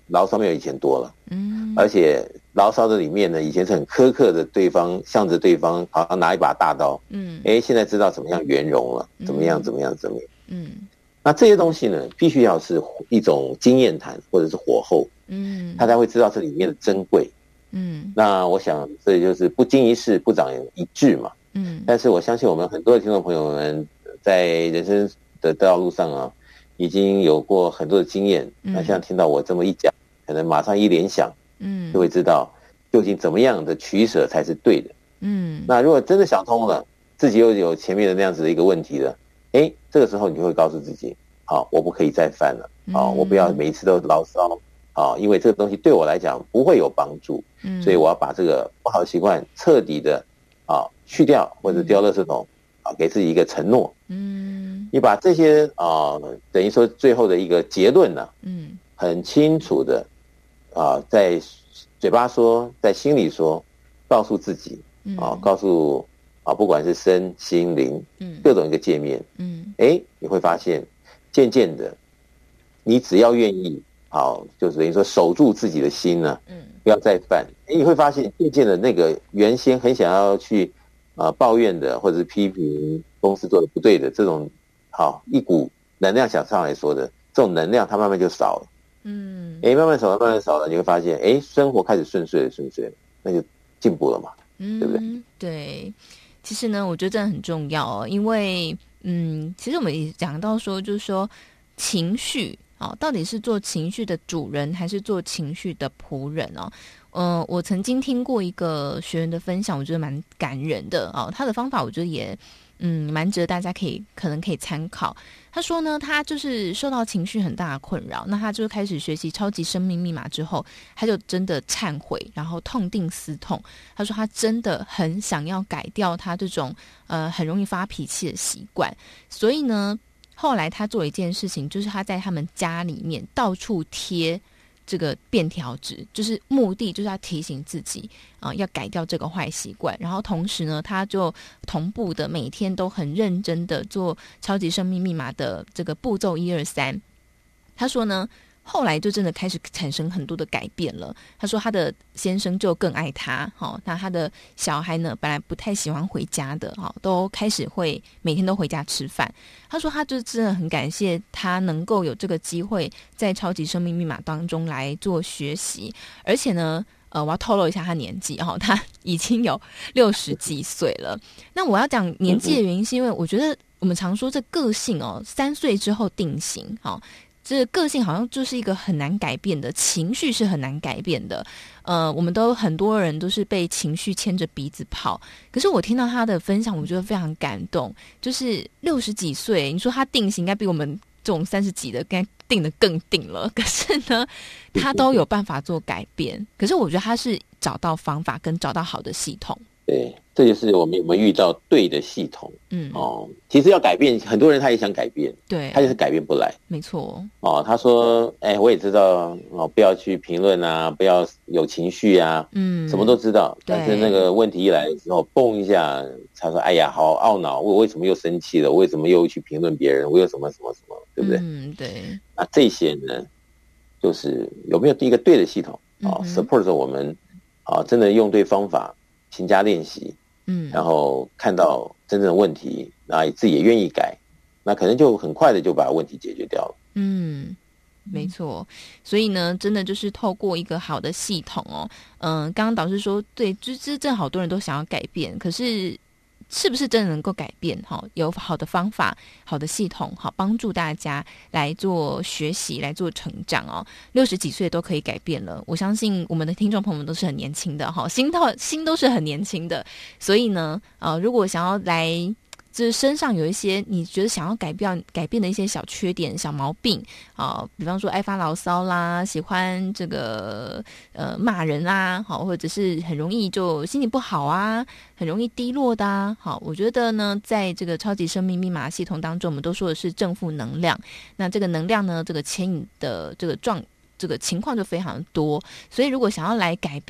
牢骚没有以前多了，嗯，而且牢骚的里面呢，以前是很苛刻的，对方向着对方好像拿一把大刀，嗯，哎，现在知道怎么样圆融了，怎么样怎么样怎么样，嗯，那这些东西呢，必须要是一种经验谈或者是火候，嗯，他才会知道这里面的珍贵，嗯，那我想这就是不经一事不长一智嘛，嗯，但是我相信我们很多的听众朋友们在人生的道路上啊，已经有过很多的经验，嗯，那像听到我这么一讲，可能马上一联想，嗯，就会知道究竟怎么样的取舍才是对的，嗯，那如果真的想通了，自己又有前面的那样子的一个问题了，哎，这个时候你就会告诉自己，好，我不可以再犯了，好，我不要每一次都牢骚，好，因为这个东西对我来讲不会有帮助，嗯，所以我要把这个不好的习惯彻底的啊去掉，或者丢垃圾桶，啊，给自己一个承诺，嗯，你把这些啊，等于说最后的一个结论呢，嗯，很清楚的啊，在嘴巴说，在心里说，告诉自己，啊，告诉啊，不管是身心灵，嗯，各种一个界面，嗯，哎，你会发现，渐渐的，你只要愿意，好，就是等于说守住自己的心呢，嗯，不要再犯，哎，你会发现，渐渐的那个原先很想要去啊抱怨的，或者是批评公司做的不对的这种，好一股能量想上来说的这种能量，它慢慢就少了。嗯，哎，慢慢少了，慢慢少了，你会发现，哎，生活开始顺遂了，顺遂了，那就进步了嘛，嗯，对不对？ 对，其实呢，我觉得这很重要哦，因为，嗯，其实我们也讲到说，就是说情绪，哦，到底是做情绪的主人，还是做情绪的仆人哦？嗯、呃，我曾经听过一个学员的分享，我觉得蛮感人的哦，他的方法我觉得也。嗯，蛮值得大家可以可能可以参考。他说呢，他就是受到情绪很大的困扰，那他就开始学习超级生命密码之后，他就真的忏悔，然后痛定思痛。他说他真的很想要改掉他这种呃很容易发脾气的习惯，所以呢，后来他做了一件事情，就是他在他们家里面到处贴这个便条纸，就是目的就是要提醒自己啊、呃，要改掉这个坏习惯。然后同时呢，他就同步的每天都很认真的做超级生命密码的这个步骤一二三。他说呢，后来就真的开始产生很多的改变了。他说他的先生就更爱他，哦，那他的小孩呢，本来不太喜欢回家的，哦，都开始会每天都回家吃饭。他说他就真的很感谢他能够有这个机会在超级生命密码当中来做学习，而且呢呃，我要透露一下他年纪哦，他已经有六十几岁了。那我要讲年纪的原因是因为我觉得我们常说这个性哦，三岁之后定型，哦，这个个性好像就是一个很难改变的，情绪是很难改变的。呃，我们都很多人都是被情绪牵着鼻子跑。可是我听到他的分享，我觉得非常感动。就是六十几岁，你说他定型应该比我们这种三十几的该定得更定了。可是呢，他都有办法做改变。可是我觉得他是找到方法跟找到好的系统。 对，这就是我们有没有遇到对的系统。嗯，哦，其实要改变，很多人他也想改变， 对， 他就是改变不来。 没错。 哦，他说，哎，我也知道，哦，不要去评论啊，不要有情绪啊，嗯，什么都知道。但是那个问题一来的时候，蹦一下，他说，哎呀，好懊恼，我为什么又生气了？我为什么又去评论别人？我有什么什么什么，对不对？ 嗯，对。 那这些呢，就是有没有一个对的系统啊，哦， support 着我们啊，真的用对方法。勤加练习，嗯，然后看到真正的问题，那自己也愿意改，那可能就很快的就把问题解决掉了。 嗯，没错。所以呢，真的就是透过一个好的系统哦，嗯、呃，刚刚导师说，对，就是这好多人都想要改变，可是是不是真的能够改变？哈，有好的方法、好的系统，好帮助大家来做学习、来做成长哦。六十几岁都可以改变了，我相信我们的听众朋友们都是很年轻的哈，心都心都是很年轻的。所以呢，呃，如果想要来，就是身上有一些你觉得想要改变改变的一些小缺点、小毛病啊、呃，比方说爱发牢骚啦，喜欢这个呃骂人啦，好，或者是很容易就心情不好啊，很容易低落的啊，好，我觉得呢，在这个超级生命密码系统当中，我们都说的是正负能量，那这个能量呢，这个牵引的这个状。这个情况就非常多，所以如果想要来改变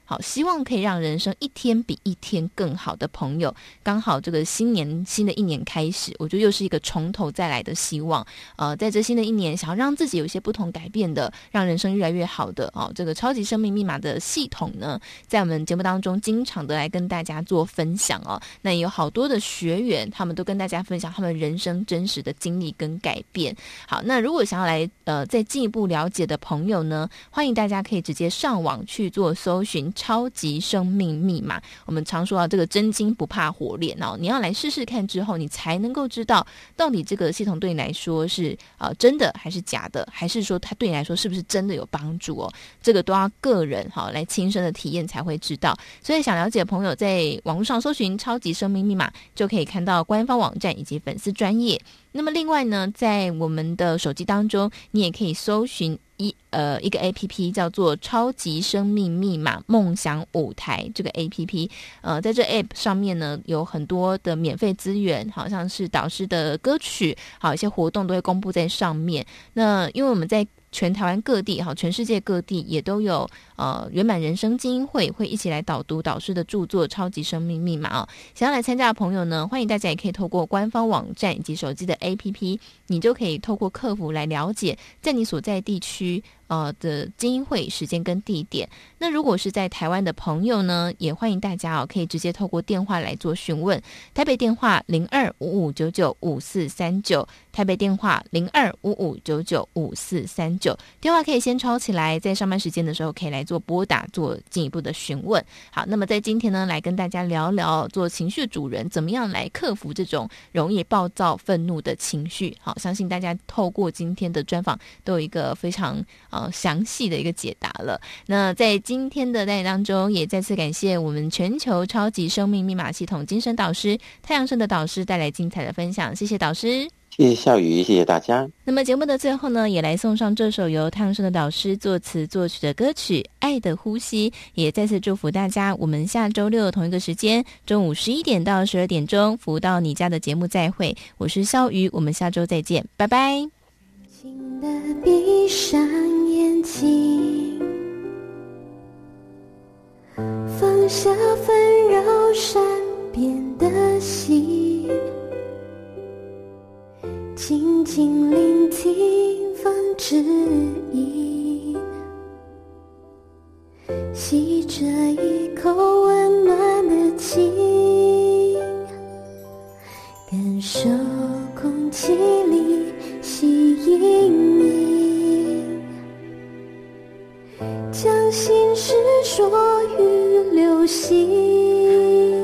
好，希望可以让人生一天比一天更好的朋友。刚好这个新年新的一年开始，我觉得又是一个从头再来的希望。呃，在这新的一年，想要让自己有一些不同改变的，让人生越来越好的哦，这个超级生命密码的系统呢，在我们节目当中经常的来跟大家做分享哦。那也有好多的学员，他们都跟大家分享他们人生真实的经历跟改变。好，那如果想要来呃再进一步了解的朋友呢，欢迎大家可以直接上网去做搜寻超级生命密码。我们常说到这个真金不怕火炼哦，你要来试试看之后，你才能够知道到底这个系统对你来说是呃真的还是假的，还是说它对你来说是不是真的有帮助哦？这个都要个人好来亲身的体验才会知道。所以想了解的朋友，在网络上搜寻超级生命密码，就可以看到官方网站以及粉丝专页。那么另外呢，在我们的手机当中，你也可以搜寻一呃一个 A P P 叫做超级生命密码梦想舞台。这个 A P P 呃在这 App 上面呢，有很多的免费资源，好像是导师的歌曲，好一些活动都会公布在上面。那因为我们在全台湾各地，全世界各地也都有呃圆满人生精英会会一起来导读导师的著作《超级生命密码》哦。想要来参加的朋友呢，欢迎大家也可以透过官方网站以及手机的 A P P， 你就可以透过客服来了解在你所在地区呃的精英会时间跟地点。那如果是在台湾的朋友呢，也欢迎大家哦可以直接透过电话来做询问。台北电话零二五五九九五四三九，台北电话零二五五九九五四三九，电话可以先抄起来，在上班时间的时候可以来做拨打，做进一步的询问。好，那么在今天呢，来跟大家聊聊做情绪主人怎么样来克服这种容易暴躁愤怒的情绪。好，相信大家透过今天的专访都有一个非常呃详细的一个解答了。那在今天的单元当中，也再次感谢我们全球超级生命密码系统精神导师太阳升的导师带来精彩的分享，谢谢导师。 谢谢笑宇，谢谢大家。 那么节目的最后呢，也来送上这首由太阳升的导师作词作曲的歌曲《爱的呼吸》，也再次祝福大家，我们下周六同一个时间，中午十一点到十二点钟，服务到你家的节目再会。我是笑宇，我们下周再见，拜拜。 轻轻地闭上眼睛，放下纷扰善变的心，静静聆听风指引，吸着一口温暖的情，感受空气里吸引你，将心事说与流星，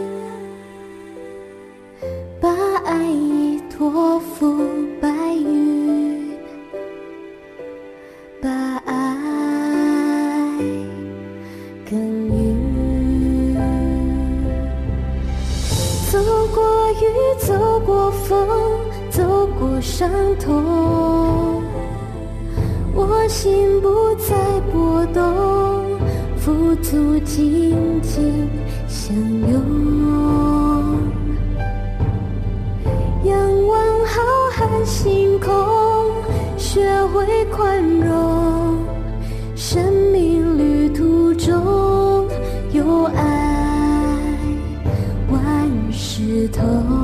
把爱意托付白云，把爱耕耘。走过雨，走过风，走过伤痛，我心不再波动，富足紧紧相拥，仰望浩瀚星空，学会宽容，生命旅途中有爱万事通。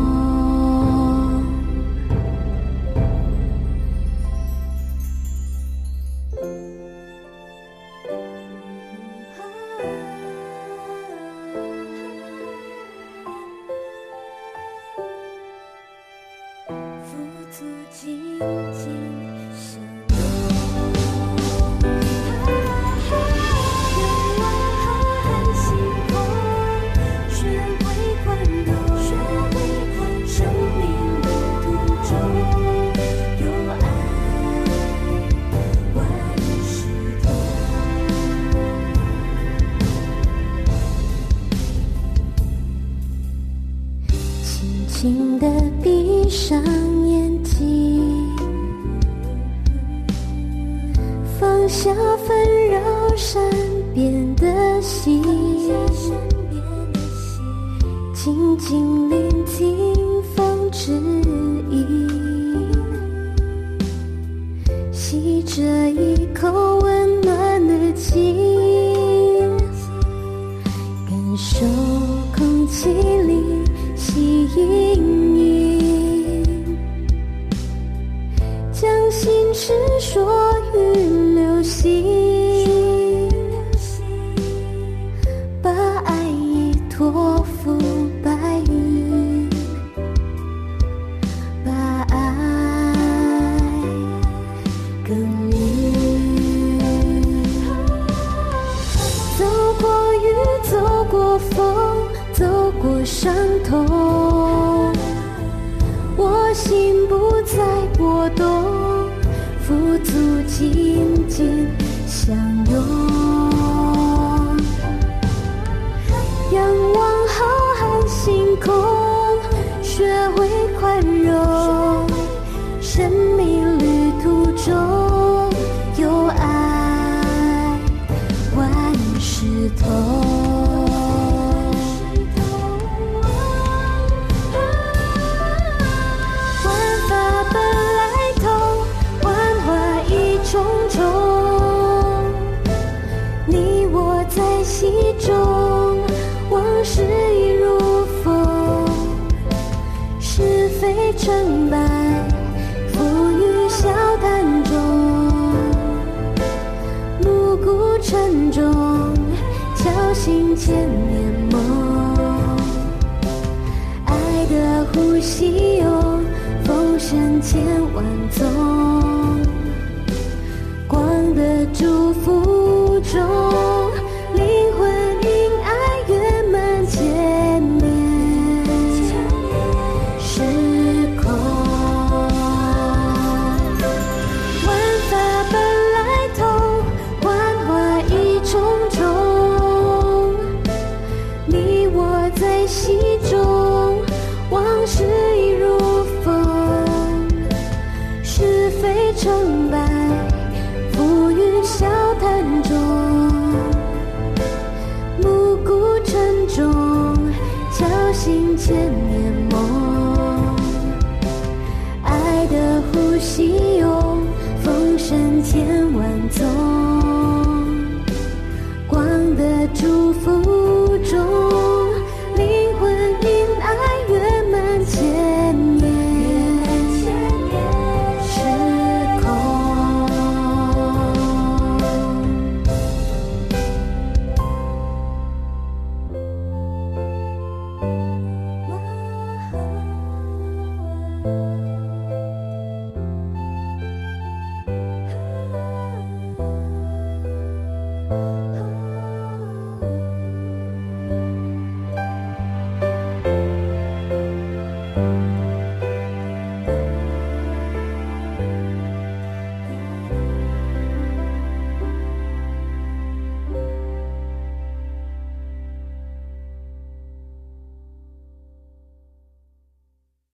轻地闭上眼睛，放下纷扰善变的心，静静聆听风指引，吸着一口温暖的情， 是说云流星，把爱意托付白云，把爱耕耘。走过雨，走过风，走过伤痛，我心不再波动，富足紧紧相拥。仰望浩瀚星空，学会宽容，生命旅途中有爱万事通。戏中往事已如风，是非成败浮于笑谈中，暮鼓晨钟敲醒千年梦。爱的呼吸涌，风声千万宗，光的祝福中成败浮于笑谈中，暮鼓晨钟敲醒千年梦。爱的呼吸涌，风声千万宗，光的祝福中灵魂因爱圆满千年。